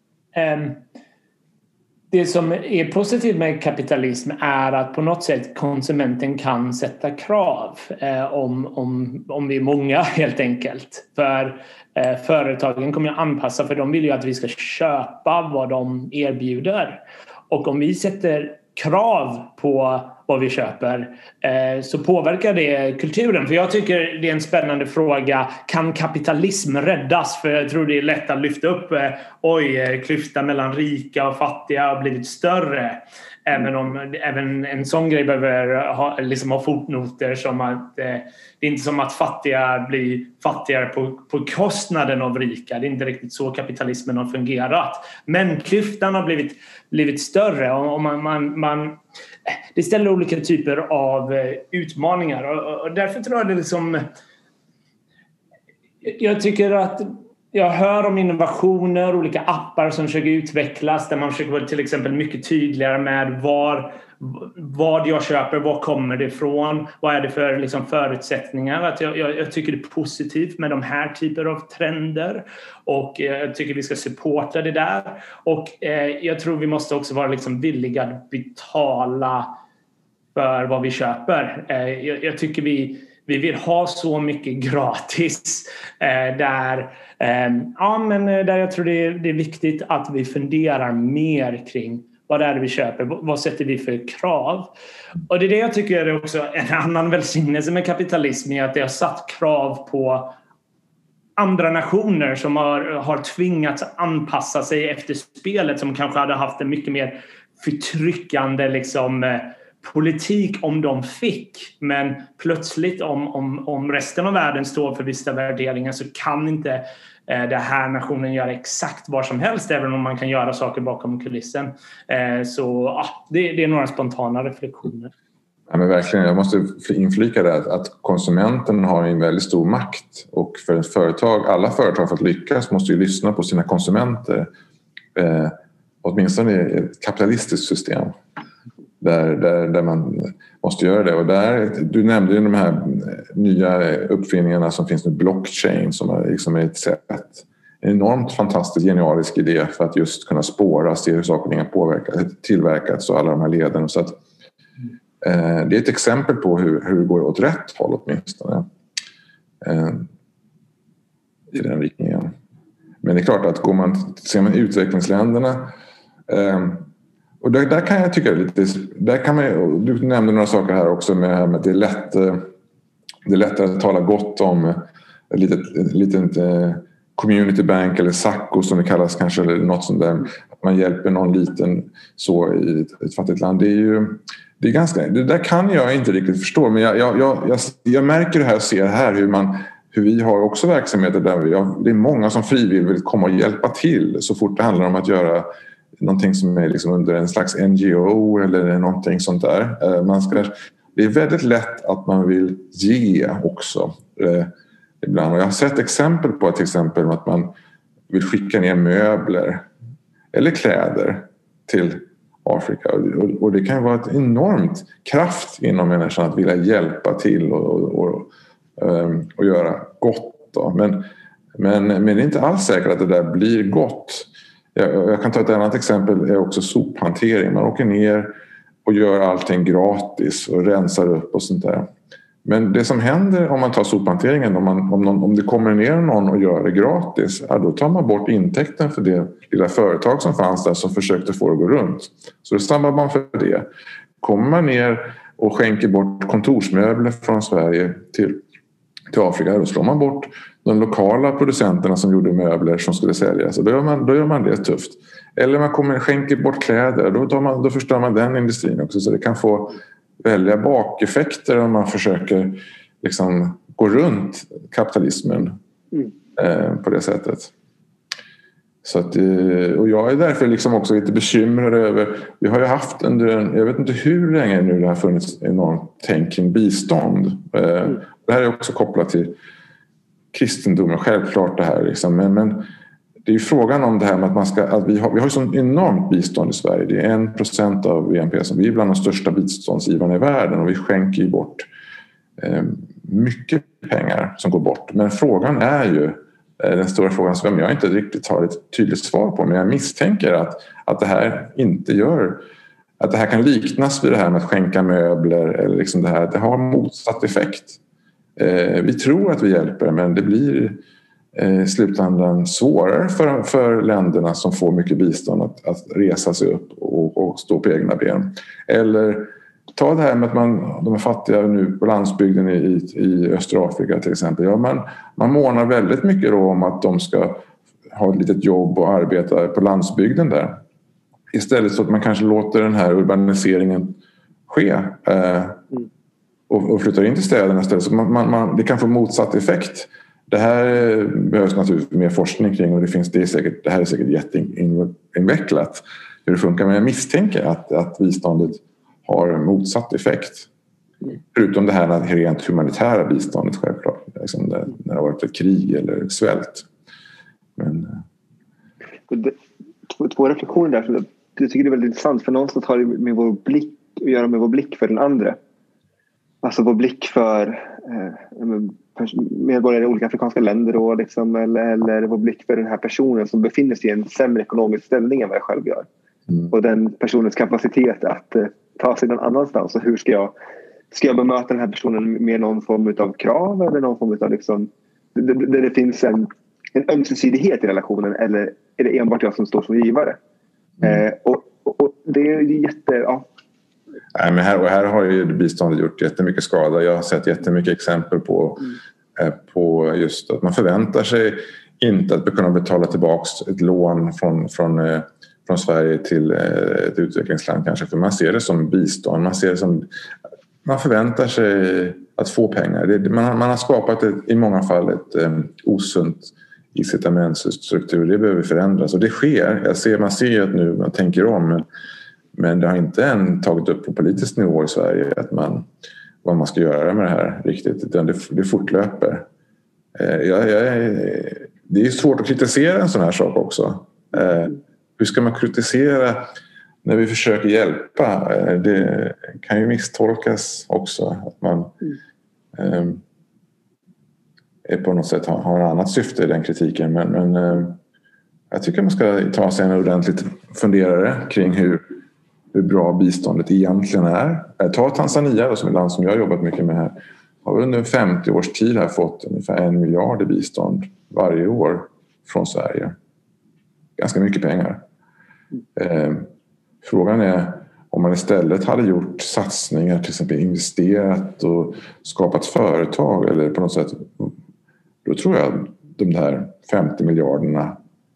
det som är positivt med kapitalism är att på något sätt konsumenten kan sätta krav om vi är många, helt enkelt. För företagen kommer att anpassa, för de vill ju att vi ska köpa vad de erbjuder. Och om vi sätter krav på vad vi köper så påverkar det kulturen. För jag tycker det är en spännande fråga. Kan kapitalism räddas? För jag tror det är lätt att lyfta upp klyftan mellan rika och fattiga har blivit större. Även en sån grej behöver ha fotnoter som att det är inte som att fattiga blir fattigare på kostnaden av rika. Det är inte riktigt så kapitalismen har fungerat. Men klyftan har blivit större och det ställer olika typer av utmaningar. Och därför tror jag det liksom... Jag tycker att jag hör om innovationer, olika appar som försöker utvecklas där man försöker vara till exempel mycket tydligare med vad jag köper, var kommer det ifrån, vad är det för liksom förutsättningar. Att jag tycker det är positivt med de här typer av trender och jag tycker vi ska supporta det där. Och jag tror vi måste också vara liksom villiga att betala för vad vi köper. Jag tycker vi vill ha så mycket gratis där jag tror det är viktigt att vi funderar mer kring vad det är vi köper, vad sätter vi för krav. Och det är det jag tycker är också en annan välsignelse med kapitalism, är att det har satt krav på andra nationer som har tvingats anpassa sig efter spelet, som kanske hade haft en mycket mer förtryckande liksom politik om de fick, men plötsligt om resten av världen står för vissa värderingar så kan inte den här nationen göra exakt vad som helst, även om man kan göra saker bakom kulissen. Det är några spontana reflektioner. Ja, men verkligen, jag måste inflika det att konsumenten har en väldigt stor makt, och för ett företag, alla företag för att lyckas måste ju lyssna på sina konsumenter, åtminstone i ett kapitalistiskt system. Där man måste göra det. Och du nämnde ju de här nya uppfinningarna som finns nu, blockchain, som är liksom ett sätt, en enormt fantastisk, genialisk idé för att just kunna spåra, se hur saker och ting tillverkats och alla de här leden. Så att, det är ett exempel på hur det går åt rätt håll åtminstone i den riktningen. Men det är klart att ser man utvecklingsländerna, och där kan jag tycka lite, du nämnde några saker här också med att det är lättare att tala gott om ett litet community bank eller Sacco som det kallas kanske, eller något sånt där, att man hjälper någon liten så i ett fattigt land. Det är ganska, det där kan jag inte riktigt förstå, men jag märker det här och ser här hur vi har också verksamheter där det är många som frivilligt vill komma och hjälpa till så fort det handlar om att göra någonting som är liksom under en slags NGO eller någonting sånt där. Det är väldigt lätt att man vill ge också ibland. Och jag har sett exempel på till exempel att man vill skicka ner möbler eller kläder till Afrika. Och det kan vara ett enormt kraft inom människan att vilja hjälpa till och göra gott. Då. Men det är inte alls säkert att det där blir gott. Jag kan ta ett annat exempel, är också sophantering. Man åker ner och gör allting gratis och rensar upp och sånt där. Men det som händer om man tar sophanteringen, om det kommer ner någon och gör det gratis, då tar man bort intäkten för det lilla företag som fanns där som försökte få det att gå runt. Så det stannar man för det. Kommer man ner och skänker bort kontorsmöbler från Sverige till Afrika, då slår man bort de lokala producenterna som gjorde möbler som skulle säljas. Och då gör man det tufft. Eller man skänker bort kläder. Då förstör man den industrin också. Så det kan få välja bakeffekter om man försöker liksom gå runt kapitalismen på det sättet. Så att, och jag är därför liksom också lite bekymrad över, vi har ju haft jag vet inte hur länge nu det har funnits enormt tänk kring bistånd. Det här är också kopplat till kristendomen, självklart det här liksom. Men det är ju frågan om det här med att vi har så enormt bistånd i Sverige. Det är 1% av BNP, som vi är bland de största biståndsgivarna i världen, och vi skänker ju bort mycket pengar som går bort. Men frågan är ju den stora frågan som jag inte riktigt har ett tydligt svar på, men jag misstänker att det här inte gör, att det här kan liknas vid det här med att skänka möbler eller liksom det har motsatt effekt. Vi tror att vi hjälper, men det blir i slutändan svårare för länderna som får mycket bistånd att resa sig upp och stå på egna ben. Eller ta det här med att de är fattiga nu på landsbygden i östra Afrika till exempel. Ja, man månar väldigt mycket då om att de ska ha ett litet jobb och arbeta på landsbygden där. Istället så att man kanske låter den här urbaniseringen ske och flyttar in till städerna istället. Så det kan få motsatt effekt. Det här behövs naturligtvis mer forskning kring, och det här är säkert jätteinvecklat hur det funkar. Men jag misstänker att biståndet har motsatt effekt. Förutom det här rent humanitära biståndet självklart. Liksom när det har varit ett krig eller svält. Men... Två reflektioner där. Så jag tycker det är väldigt intressant, för någonstans har det med vår blick att göra med vår blick för den andra. Alltså vår blick för medborgare i olika afrikanska länder då, liksom, eller vår blick för den här personen som befinner sig i en sämre ekonomisk ställning än vad jag själv gör. Och den personens kapacitet att ta sig någon annanstans. Och hur ska jag bemöta den här personen med någon form av krav eller någon form av liksom, där det finns en ömsesidighet i relationen, eller är det enbart jag som står som givare? Och det är jätte... Ja. Nej, men här har ju biståndet gjort jättemycket skada. Jag har sett jättemycket exempel på just att man förväntar sig inte att kunna betala tillbaka ett lån från Sverige till ett utvecklingsland kanske. För man ser det som bistånd. Man förväntar sig att få pengar. Man har skapat i många fall ett osunt incitamentsstruktur. Det behöver förändras, och det sker. Man ser att nu man tänker om, men det har inte än tagit upp på politisk nivå i Sverige vad man ska göra med det här riktigt. Utan det fortlöper. Det är svårt att kritisera en sån här sak också. Hur ska man kritisera när vi försöker hjälpa? Det kan ju misstolkas också. Att man är på något sätt har ett annat syfte i den kritiken. Men jag tycker man ska ta sig en ordentligt funderare kring hur bra biståndet egentligen är. Ta Tanzania då, som ett land som jag har jobbat mycket med här. Har under 50 års tid här fått ungefär 1 miljard i bistånd varje år från Sverige. Ganska mycket pengar. Frågan är om man istället hade gjort satsningar, till exempel investerat och skapat företag eller på något sätt, då tror jag de där 50 miljarderna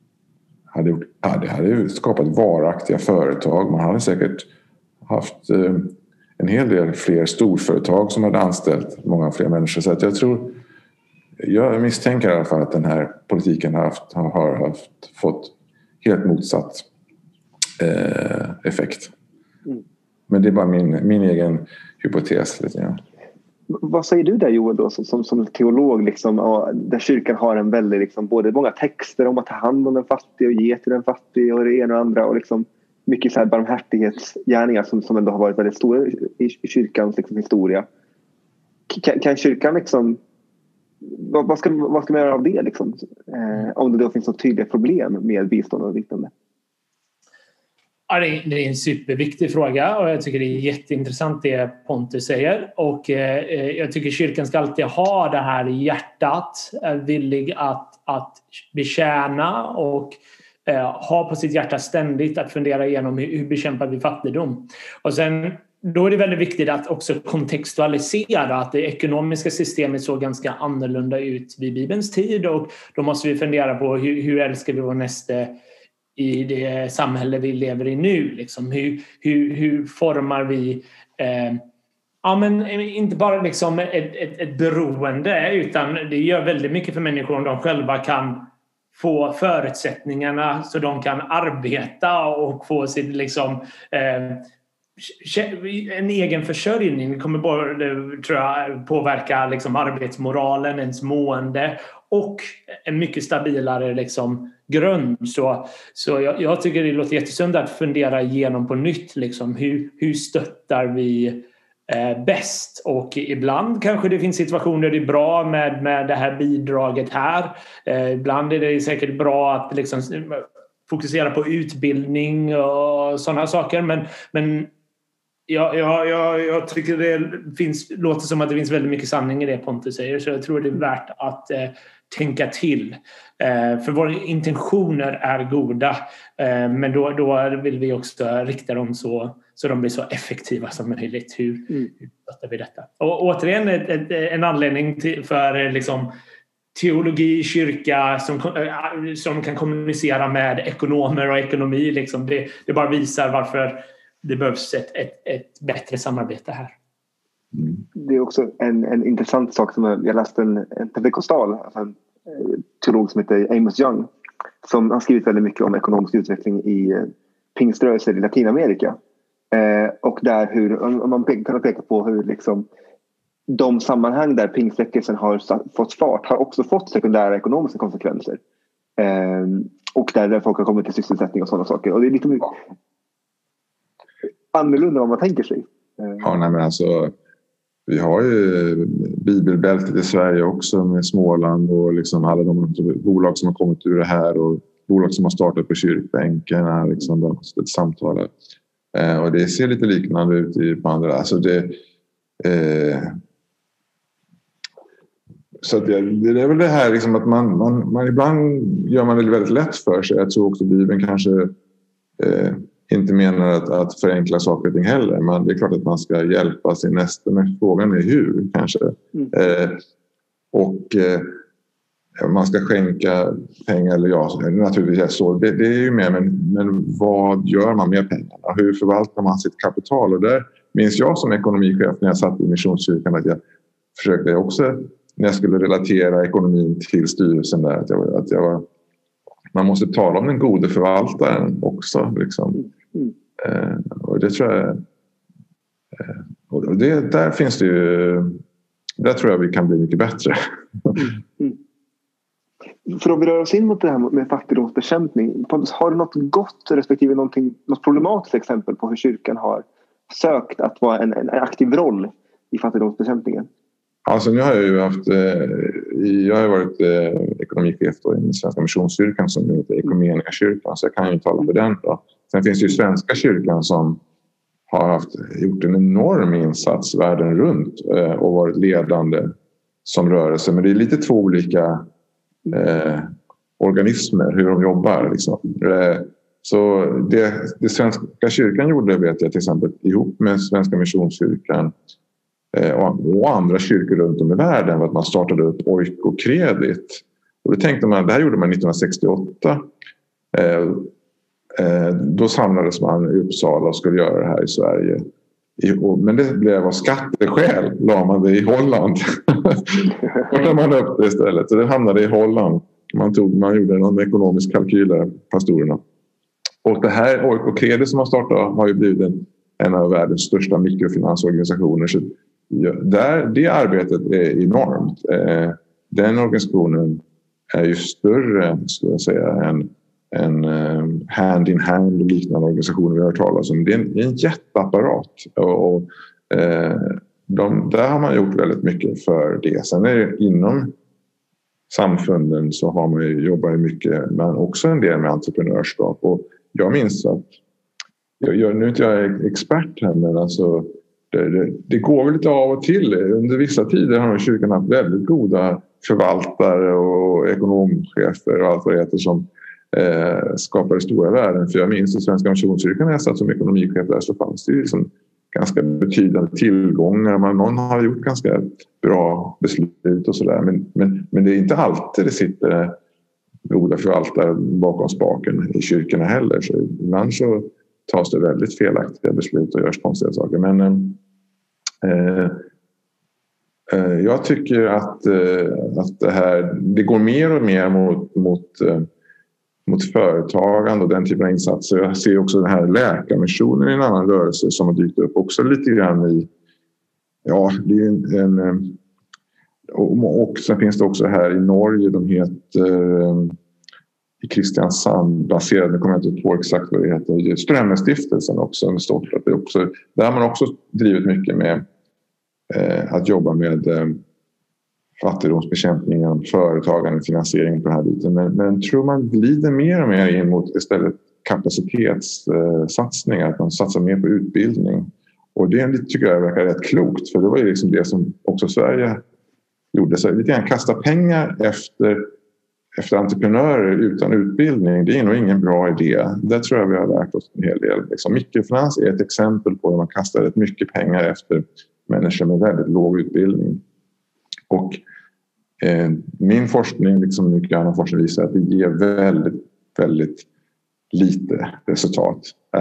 hade skapat varaktiga företag. Man hade säkert haft en hel del fler storföretag som hade anställt många fler människor. Så att jag misstänker i alla fall att den här politiken har fått helt motsatt effekt. Men det är bara min egen hypotes lite grann. Vad säger du där, Joel, då, som teolog liksom, där kyrkan har en väldigt liksom, både många texter om att ta hand om den fattiga och ge till den fattiga och det ena och andra, och liksom mycket så här barmhärtighetsgärningar som ändå har varit väldigt stora i kyrkans liksom, historia. Kan kyrkan liksom, vad ska man göra av det liksom, om det då finns så tydliga problem med bistånd och liknande? Ja, det är en superviktig fråga, och jag tycker det är jätteintressant det Pontus säger, och jag tycker kyrkan ska alltid ha det här i hjärtat, villig att betjäna och ha på sitt hjärta ständigt att fundera igenom hur bekämpar vi fattigdom. Och sen då är det väldigt viktigt att också kontextualisera att det ekonomiska systemet såg ganska annorlunda ut vid Bibelns tid, och då måste vi fundera på hur älskar vi vår nästa i det samhälle vi lever i nu. Liksom. Hur formar vi men inte bara liksom ett beroende, utan det gör väldigt mycket för människor om de själva kan få förutsättningarna så de kan arbeta och få sitt liksom en egen försörjning. Det kommer bara, tror jag, påverka liksom arbetsmoralen, ens mående och en mycket stabilare liksom grund. Så jag tycker det låter jättesunt att fundera igenom på nytt liksom, hur stöttar vi bäst, och ibland kanske det finns situationer där det är bra med det här bidraget här. Ibland är det säkert bra att liksom fokusera på utbildning och sådana saker, men jag tycker det låter som att det finns väldigt mycket sanning i det Pontus säger, så jag tror det är värt att tänka till. För våra intentioner är goda, men då vill vi också rikta dem så de blir så effektiva som möjligt. Hur stöttar vi detta? Och återigen en anledning för liksom teologi, kyrka som kan kommunicera med ekonomer och ekonomi. Liksom. Det bara visar varför det behövs ett bättre samarbete här. Det är också en intressant sak som jag läste en pentekostal, alltså en teolog som heter Amos Young, som har skrivit väldigt mycket om ekonomisk utveckling i pingströrelser i Latinamerika. Och där om man kan peka på hur liksom de sammanhang där pingstväckelsen har fått fart har också fått sekundära ekonomiska konsekvenser. Och där folk har kommit till sysselsättning och sådana saker. Och det är lite annorlunda vad man tänker sig. Ja, nej, men alltså vi har ju bibelbältet i Sverige också med Småland och liksom alla de bolag som har kommit ur det här och bolag som har startat på kyrkbänkarna liksom, de har ställt samtal. Och det ser lite liknande ut på andra. Alltså så att det är väl det här liksom att man ibland gör man det väldigt lätt för sig. Jag tror också Bibeln kanske inte menar att förenkla saker och ting heller. Men det är klart att man ska hjälpa sin nästa, men frågan är hur kanske. Man ska skänka pengar, eller naturligtvis så. Det är ju med, men vad gör man med pengarna? Hur förvaltar man sitt kapital? Och där minns jag som ekonomichef när jag satt i Missionskyrkan att jag försökte också, när jag skulle relatera ekonomin till styrelsen där, att jag var, man måste tala om den gode förvaltaren också. Liksom. Och det tror jag, och där finns det ju, där tror jag vi kan bli mycket bättre. För att vi rör oss in mot det här med fattigdomsbekämpning, har du något gott respektive något problematiskt exempel på hur kyrkan har sökt att vara en aktiv roll i fattigdomsbekämpningen? Alltså nu har jag ju jag har varit ekonomichef i den svenska missionskyrkan som heter Ekumeniakyrkan, så jag kan ju tala för den då. Sen finns det ju Svenska kyrkan som har gjort en enorm insats världen runt och varit ledande som rörelse, men det är lite två olika organismer hur de jobbar liksom. Så det Svenska kyrkan gjorde, vet jag till exempel, ihop med Svenska missionskyrkan och andra kyrkor runt om i världen, var att man startade upp Oikokredit. Och då tänkte man, det här gjorde man 1968. Då samlades man i Uppsala och skulle göra det här i Sverige. Men det blev av skatteskäl, la man det i Holland. Då tar man upp det istället. Så det hamnade i Holland. Man gjorde någon ekonomisk kalkyl där, pastorerna. Och det här Oikokredit som man startade har ju blivit en av världens största mikrofinansorganisationer. Så det arbetet är enormt. Den organisationen är ju större, skulle jag säga, än hand in hand och liknande organisationer vi har hört talas om. Det är en jätteapparat och där har man gjort väldigt mycket för det. Sen är det inom samfunden så har man ju jobbat mycket, men också en del med entreprenörskap. Och jag minns att nu är inte jag expert här, men alltså det går väl lite av och till. Under vissa tider har kyrkan haft väldigt goda förvaltare och ekonomchefer och allt vad det heter som skapade stora värden. För jag minns att Svenska missionskyrkan, när jag satt som ekonomichef där, så fanns det ju liksom ganska betydande tillgångar. Någon har gjort ganska bra beslut och sådär. Men det är inte alltid det sitter goda förvaltare bakom spaken i kyrkorna heller. Så ibland så tas det väldigt felaktiga beslut och görs konstiga saker. Men jag tycker att det går mer och mer mot företagande och den typen av insatser. Jag ser också den här läkarmissionen i en annan rörelse som har dykt upp också lite grann i... Ja, det är och sen finns det också här i Norge, de heter i Kristiansand baserade, nu kommer jag inte på exakt vad det heter, Strömmestiftelsen också, med stort, det också, där har man också drivit mycket med att jobba med fattigdomsbekämpningen, företagande, finansiering på den här biten. Men tror man glider mer och mer in mot istället kapacitetssatsningar, att man satsar mer på utbildning. Och det tycker jag verkar rätt klokt, för det var ju liksom det som också Sverige gjorde. Så lite grann kasta pengar efter entreprenörer utan utbildning, det är nog ingen bra idé. Där tror jag vi har lärt oss en hel del. Liksom, mikrofinans är ett exempel på hur man kastar rätt mycket pengar efter människor med väldigt låg utbildning. Och min forskning, liksom mycket annan forskning, visar att det ger väldigt, väldigt lite resultat.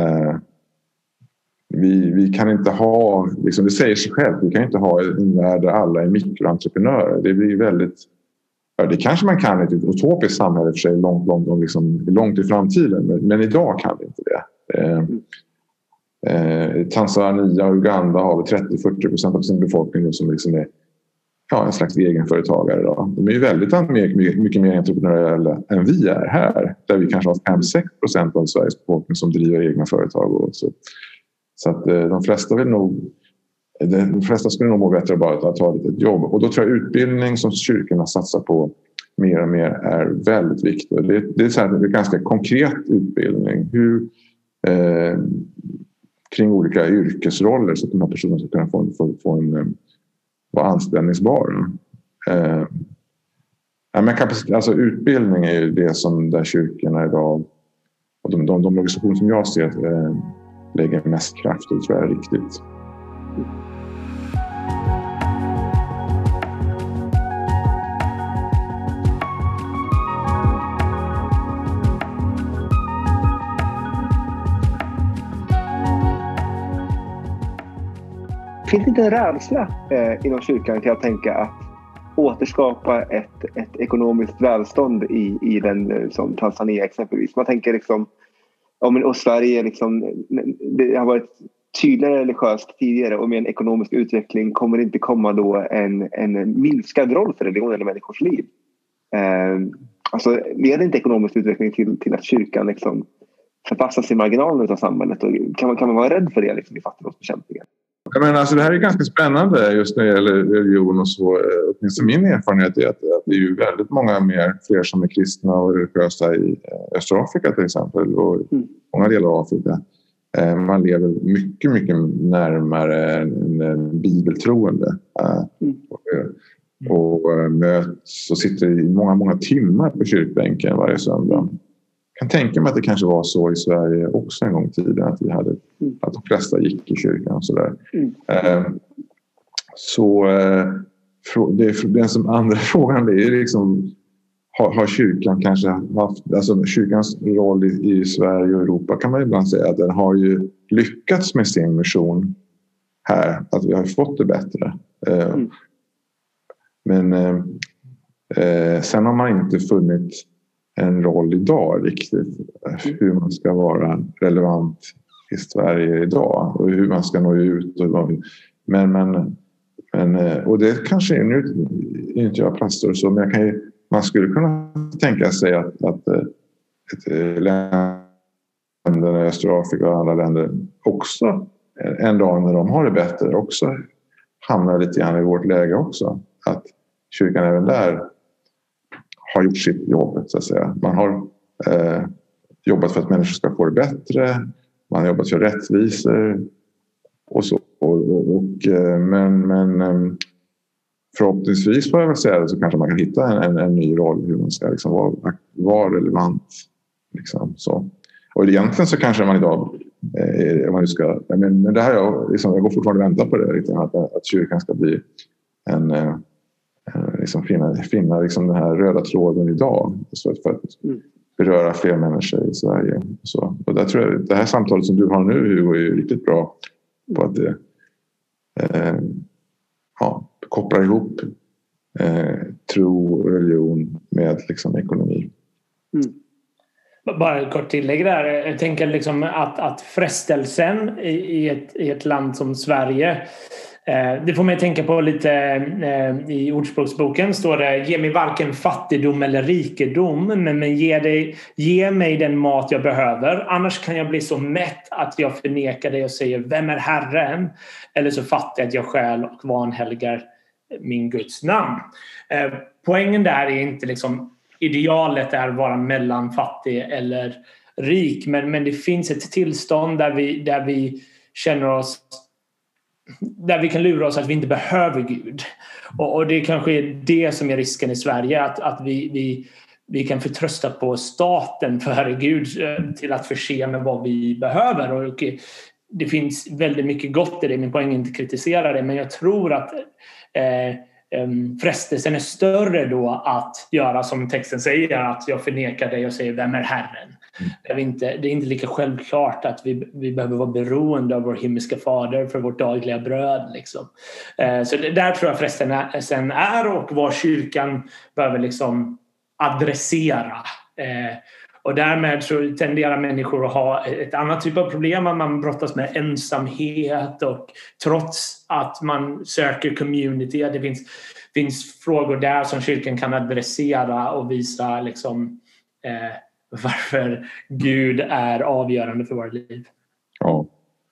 Vi kan inte ha, liksom det säger sig själv, vi kan inte ha en värld där alla är mikroentreprenörer. Det blir väldigt, det kanske man kan i ett utopiskt samhälle för sig långt i framtiden, men idag kan vi inte det. Tanzania och Uganda har 30-40% av sin befolkning som liksom är en slags egenföretagare idag. De är ju väldigt mycket mer entreprenöriella än vi är här, där vi kanske har 5-6% av Sveriges befolkning som driver egna företag. Och så att de flesta skulle nog må bättre bara att ta ett jobb. Och då tror jag utbildning som kyrkorna satsar på mer och mer är väldigt viktigt. Det är så här, det är ganska konkret utbildning. Kring olika yrkesroller så att de här personerna ska kunna vara anställningsbara. Alltså utbildning är ju det som där kyrkorna idag och de organisationer som jag ser lägger mest kraft, och det tror jag är riktigt. Finns det inte en rädsla inom kyrkan till att tänka att återskapa ett ekonomiskt välstånd i den som Tanzania exempelvis? Man tänker liksom, och Sverige liksom, det har varit tydligare religiöst tidigare, och med en ekonomisk utveckling kommer det inte komma då en minskad roll för religion eller människors liv. Alltså leder inte ekonomisk utveckling till att kyrkan liksom förpassas i marginalen av samhället, och kan man vara rädd för det liksom, i fattigdomsbekämpningen? Men alltså det här är ganska spännande just när det gäller religion och så. Åtminstone min erfarenhet är att det är ju väldigt fler som är kristna och religiösa i östra Afrika till exempel, och många delar av Afrika. Man lever mycket, mycket närmare en bibeltroende. Och möts och sitter i många, många timmar på kyrkbänken varje söndag. Jag kan tänka mig att det kanske var så i Sverige också en gång i tiden, att de flesta gick i kyrkan och sådär. Den som andra frågan, det är liksom, har kyrkan kanske haft, alltså kyrkans roll i Sverige och Europa, kan man ibland säga att den har ju lyckats med sin mission här, att vi har fått det bättre. Men sen har man inte funnit en roll idag riktigt, hur man ska vara relevant i Sverige idag och hur man ska nå ut. Men och det kanske är nu inte jag pastor så, men man skulle kunna tänka sig att länderna i östra Afrika och andra länder också en dag när de har det bättre också hamnar lite grann i vårt läge också. Att kyrkan även där har gjort sitt jobb, så att säga. Man har jobbat för att människor ska få det bättre. Man har jobbat för rättvisor och så. Men förhoppningsvis får jag väl säga det, så kanske man kan hitta en ny roll, hur man ska liksom vara relevant. Liksom, så. Och egentligen så kanske man idag om man ska, men det här jag går fortfarande och väntar på det liksom, att kyrkan ska bli liksom finna liksom den här röda tråden idag så för att beröra fler människor i Sverige. Och där tror jag det här samtalet som du har nu Hugo är ju riktigt bra på att det kopplar ihop tro och religion med liksom ekonomi. Bara ett kort tillägg där. Jag tänker liksom att frestelsen i ett land som Sverige, det får mig tänka på lite i Ordspråksboken står det: ge mig varken fattigdom eller rikedom, men ge mig den mat jag behöver, annars kan jag bli så mätt att jag förnekar dig och säger vem är Herren, eller så fattig att jag stjäl och vanhelgar min Guds namn. Poängen där är inte liksom idealet är att vara mellanfattig eller rik, men det finns ett tillstånd där vi känner oss, där vi kan lura oss att vi inte behöver Gud. Och det kanske är det som är risken i Sverige, att vi kan förtrösta på staten för Gud till att förse med vad vi behöver. Och det finns väldigt mycket gott i det, min poäng är inte att kritisera det, men jag tror att frestelsen är större då att göra som texten säger, att jag förnekar dig och säger vem är Herren. Det är inte lika självklart att vi behöver vara beroende av vår himmelska fader för vårt dagliga bröd liksom. Så där tror jag frestelsen är, och vad kyrkan behöver liksom adressera. Och därmed så tenderar människor att ha ett annat typ av problem. Man brottas med ensamhet, och trots att man söker community, det finns frågor där som kyrkan kan adressera och visa liksom, varför Gud är avgörande för våra liv. Ja.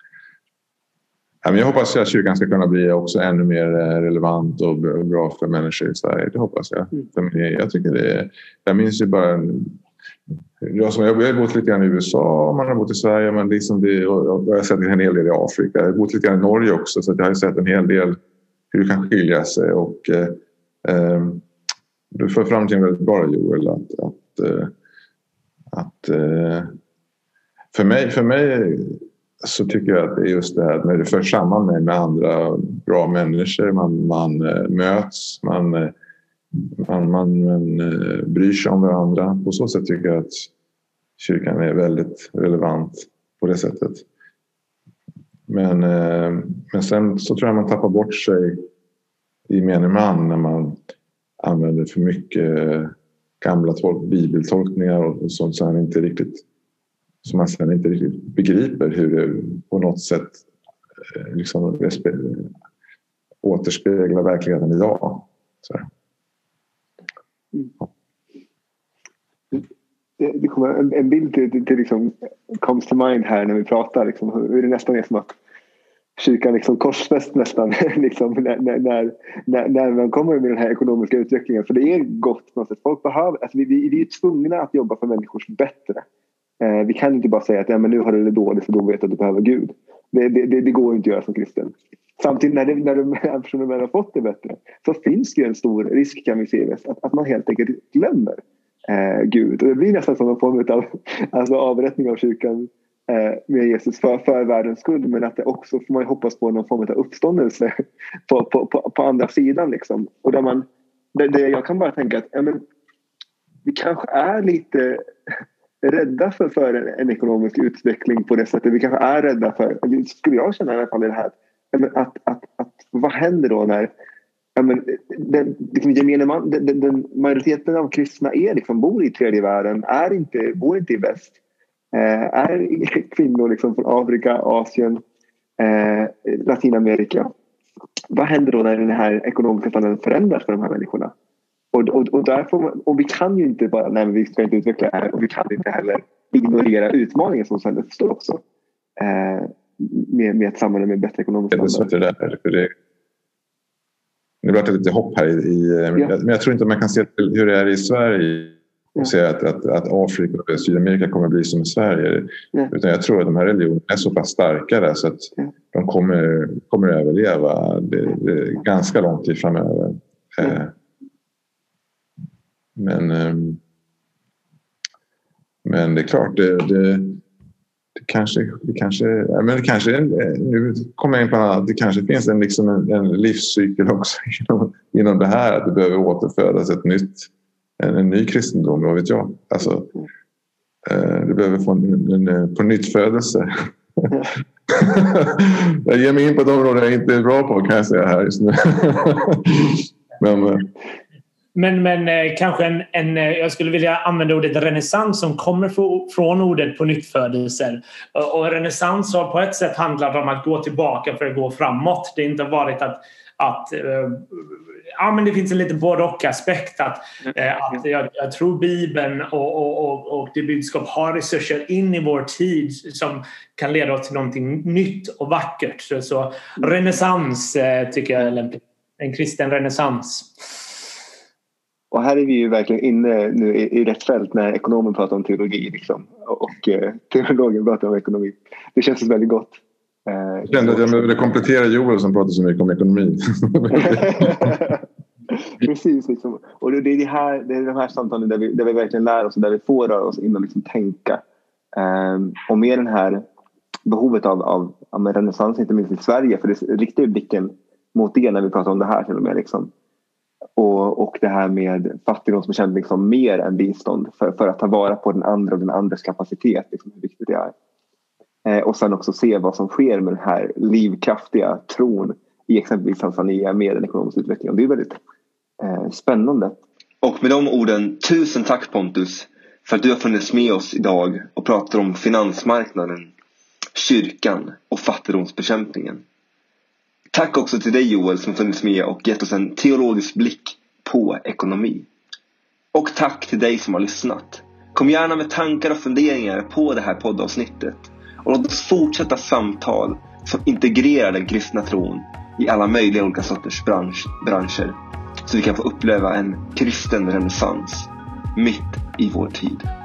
Men jag hoppas att kyrkan ska kunna bli också ännu mer relevant och bra för människor i Sverige. Det hoppas jag. Jag tycker jag minns ju bara jag har bott lite grann i USA, man har bott i Sverige, men liksom jag har sett en hel del i Afrika. Jag har bott lite grann i Norge också, så jag har sett en hel del hur det kan skilja sig. Och du för fram till en väldigt bra, Joel, att för mig så tycker jag att det är just det här när det förs samman med andra bra människor, man möts, man bryr sig om varandra. På så sätt tycker jag att kyrkan är väldigt relevant på det sättet. Men sen så tror jag man tappar bort sig i menige man när man använder för mycket gamla bibeltolkningar och sånt som man inte riktigt begriper hur det på något sätt liksom återspeglar verkligheten idag. Så här. Det kommer en bild till liksom comes to mind här när vi pratar liksom, hur det nästan är som att kyrkan liksom korsfäst nästan liksom, när man kommer med den här ekonomiska utvecklingen, för det är gott på något sätt. Folk behöver, alltså vi är tvungna att jobba för människors bättre. Vi kan inte bara säga att men nu har du det dåligt så då vet att du behöver Gud. Det går inte att göra som kristen. Samtidigt när de här personerna har fått det bättre så finns det ju en stor risk, kan vi se, att man helt enkelt glömmer Gud. Och det blir nästan som en form av avrättning av kyrkan med Jesus för världens skull, men att det också får man hoppas på någon form av uppståndelse på andra sidan liksom. Och där jag kan bara tänka att vi kanske är lite rädda för en ekonomisk utveckling på det sättet. Vi kanske är rädda för, skulle jag känna i alla fall i det här, att vad händer då när den majoriteten av kristna bor i tredje världen, bor inte i väst, är kvinnor liksom från Afrika, Asien, Latinamerika. Vad händer då när den här ekonomiska standarden förändras för de här människorna? Och därför, och vi kan ju inte bara, nej men vi ska inte utveckla det här, och vi kan inte heller ignorera utmaningen som sen uppstår också med ett samhälle med bättre ekonomisk standard. Nu blir det lite hopp här men jag tror inte man kan se hur det är i Sverige och säga att Afrika och Sydamerika kommer att bli som i Sverige. Utan jag tror att de här religionerna är så pass starka där så att de kommer att överleva det ganska lång tid framöver. Men det är klart, nu kommer jag in på att det kanske finns en livscykel också inom det här, att det behöver återfödas en ny kristendom, vad vet jag. Alltså, det behöver få en på nytt födelse. Jag ger mig in på ett område jag inte är bra på, kan jag säga här just nu. Men kanske jag skulle vilja använda ordet renässans som kommer från ordet på nyttfödelser. Och renässans har på ett sätt handlat om att gå tillbaka för att gå framåt. Det har inte varit men det finns en liten både och aspekt att jag tror Bibeln och det budskap har resurser in i vår tid som kan leda oss till någonting nytt och vackert. Så renässans tycker jag är lämpligt. En kristen renässans. Och här är vi ju verkligen inne nu i rätt fält när ekonomen pratar om teologi liksom, och teologen pratar om ekonomi. Det känns väldigt gott. Jag kände att jag behövde komplettera Joel som pratar så mycket om ekonomi. Precis. Liksom. Och det är de här samtalen där vi verkligen lär oss och där vi får röra oss in och liksom tänka. Och med den här behovet av renässans, inte minst i Sverige, för det riktar blicken mot det när vi pratar om det här till och med liksom. Och det här med fattigdomsbekämpning liksom mer än bistånd för att ta vara på den andra och den andres kapacitet, liksom, hur viktigt det är. Och sen också se vad som sker med den här livkraftiga tron i exempelvis Tanzania med den ekonomiska utvecklingen. Det är väldigt spännande. Och med de orden, tusen tack Pontus för att du har funnits med oss idag och pratar om finansmarknaden, kyrkan och fattigdomsbekämpningen. Tack också till dig Joel som funnits med och gett oss en teologisk blick på ekonomi. Och tack till dig som har lyssnat. Kom gärna med tankar och funderingar på det här poddavsnittet. Och låt oss fortsätta samtal som integrerar den kristna tron i alla möjliga olika sorters branscher. Så vi kan få uppleva en kristen renässans mitt i vår tid.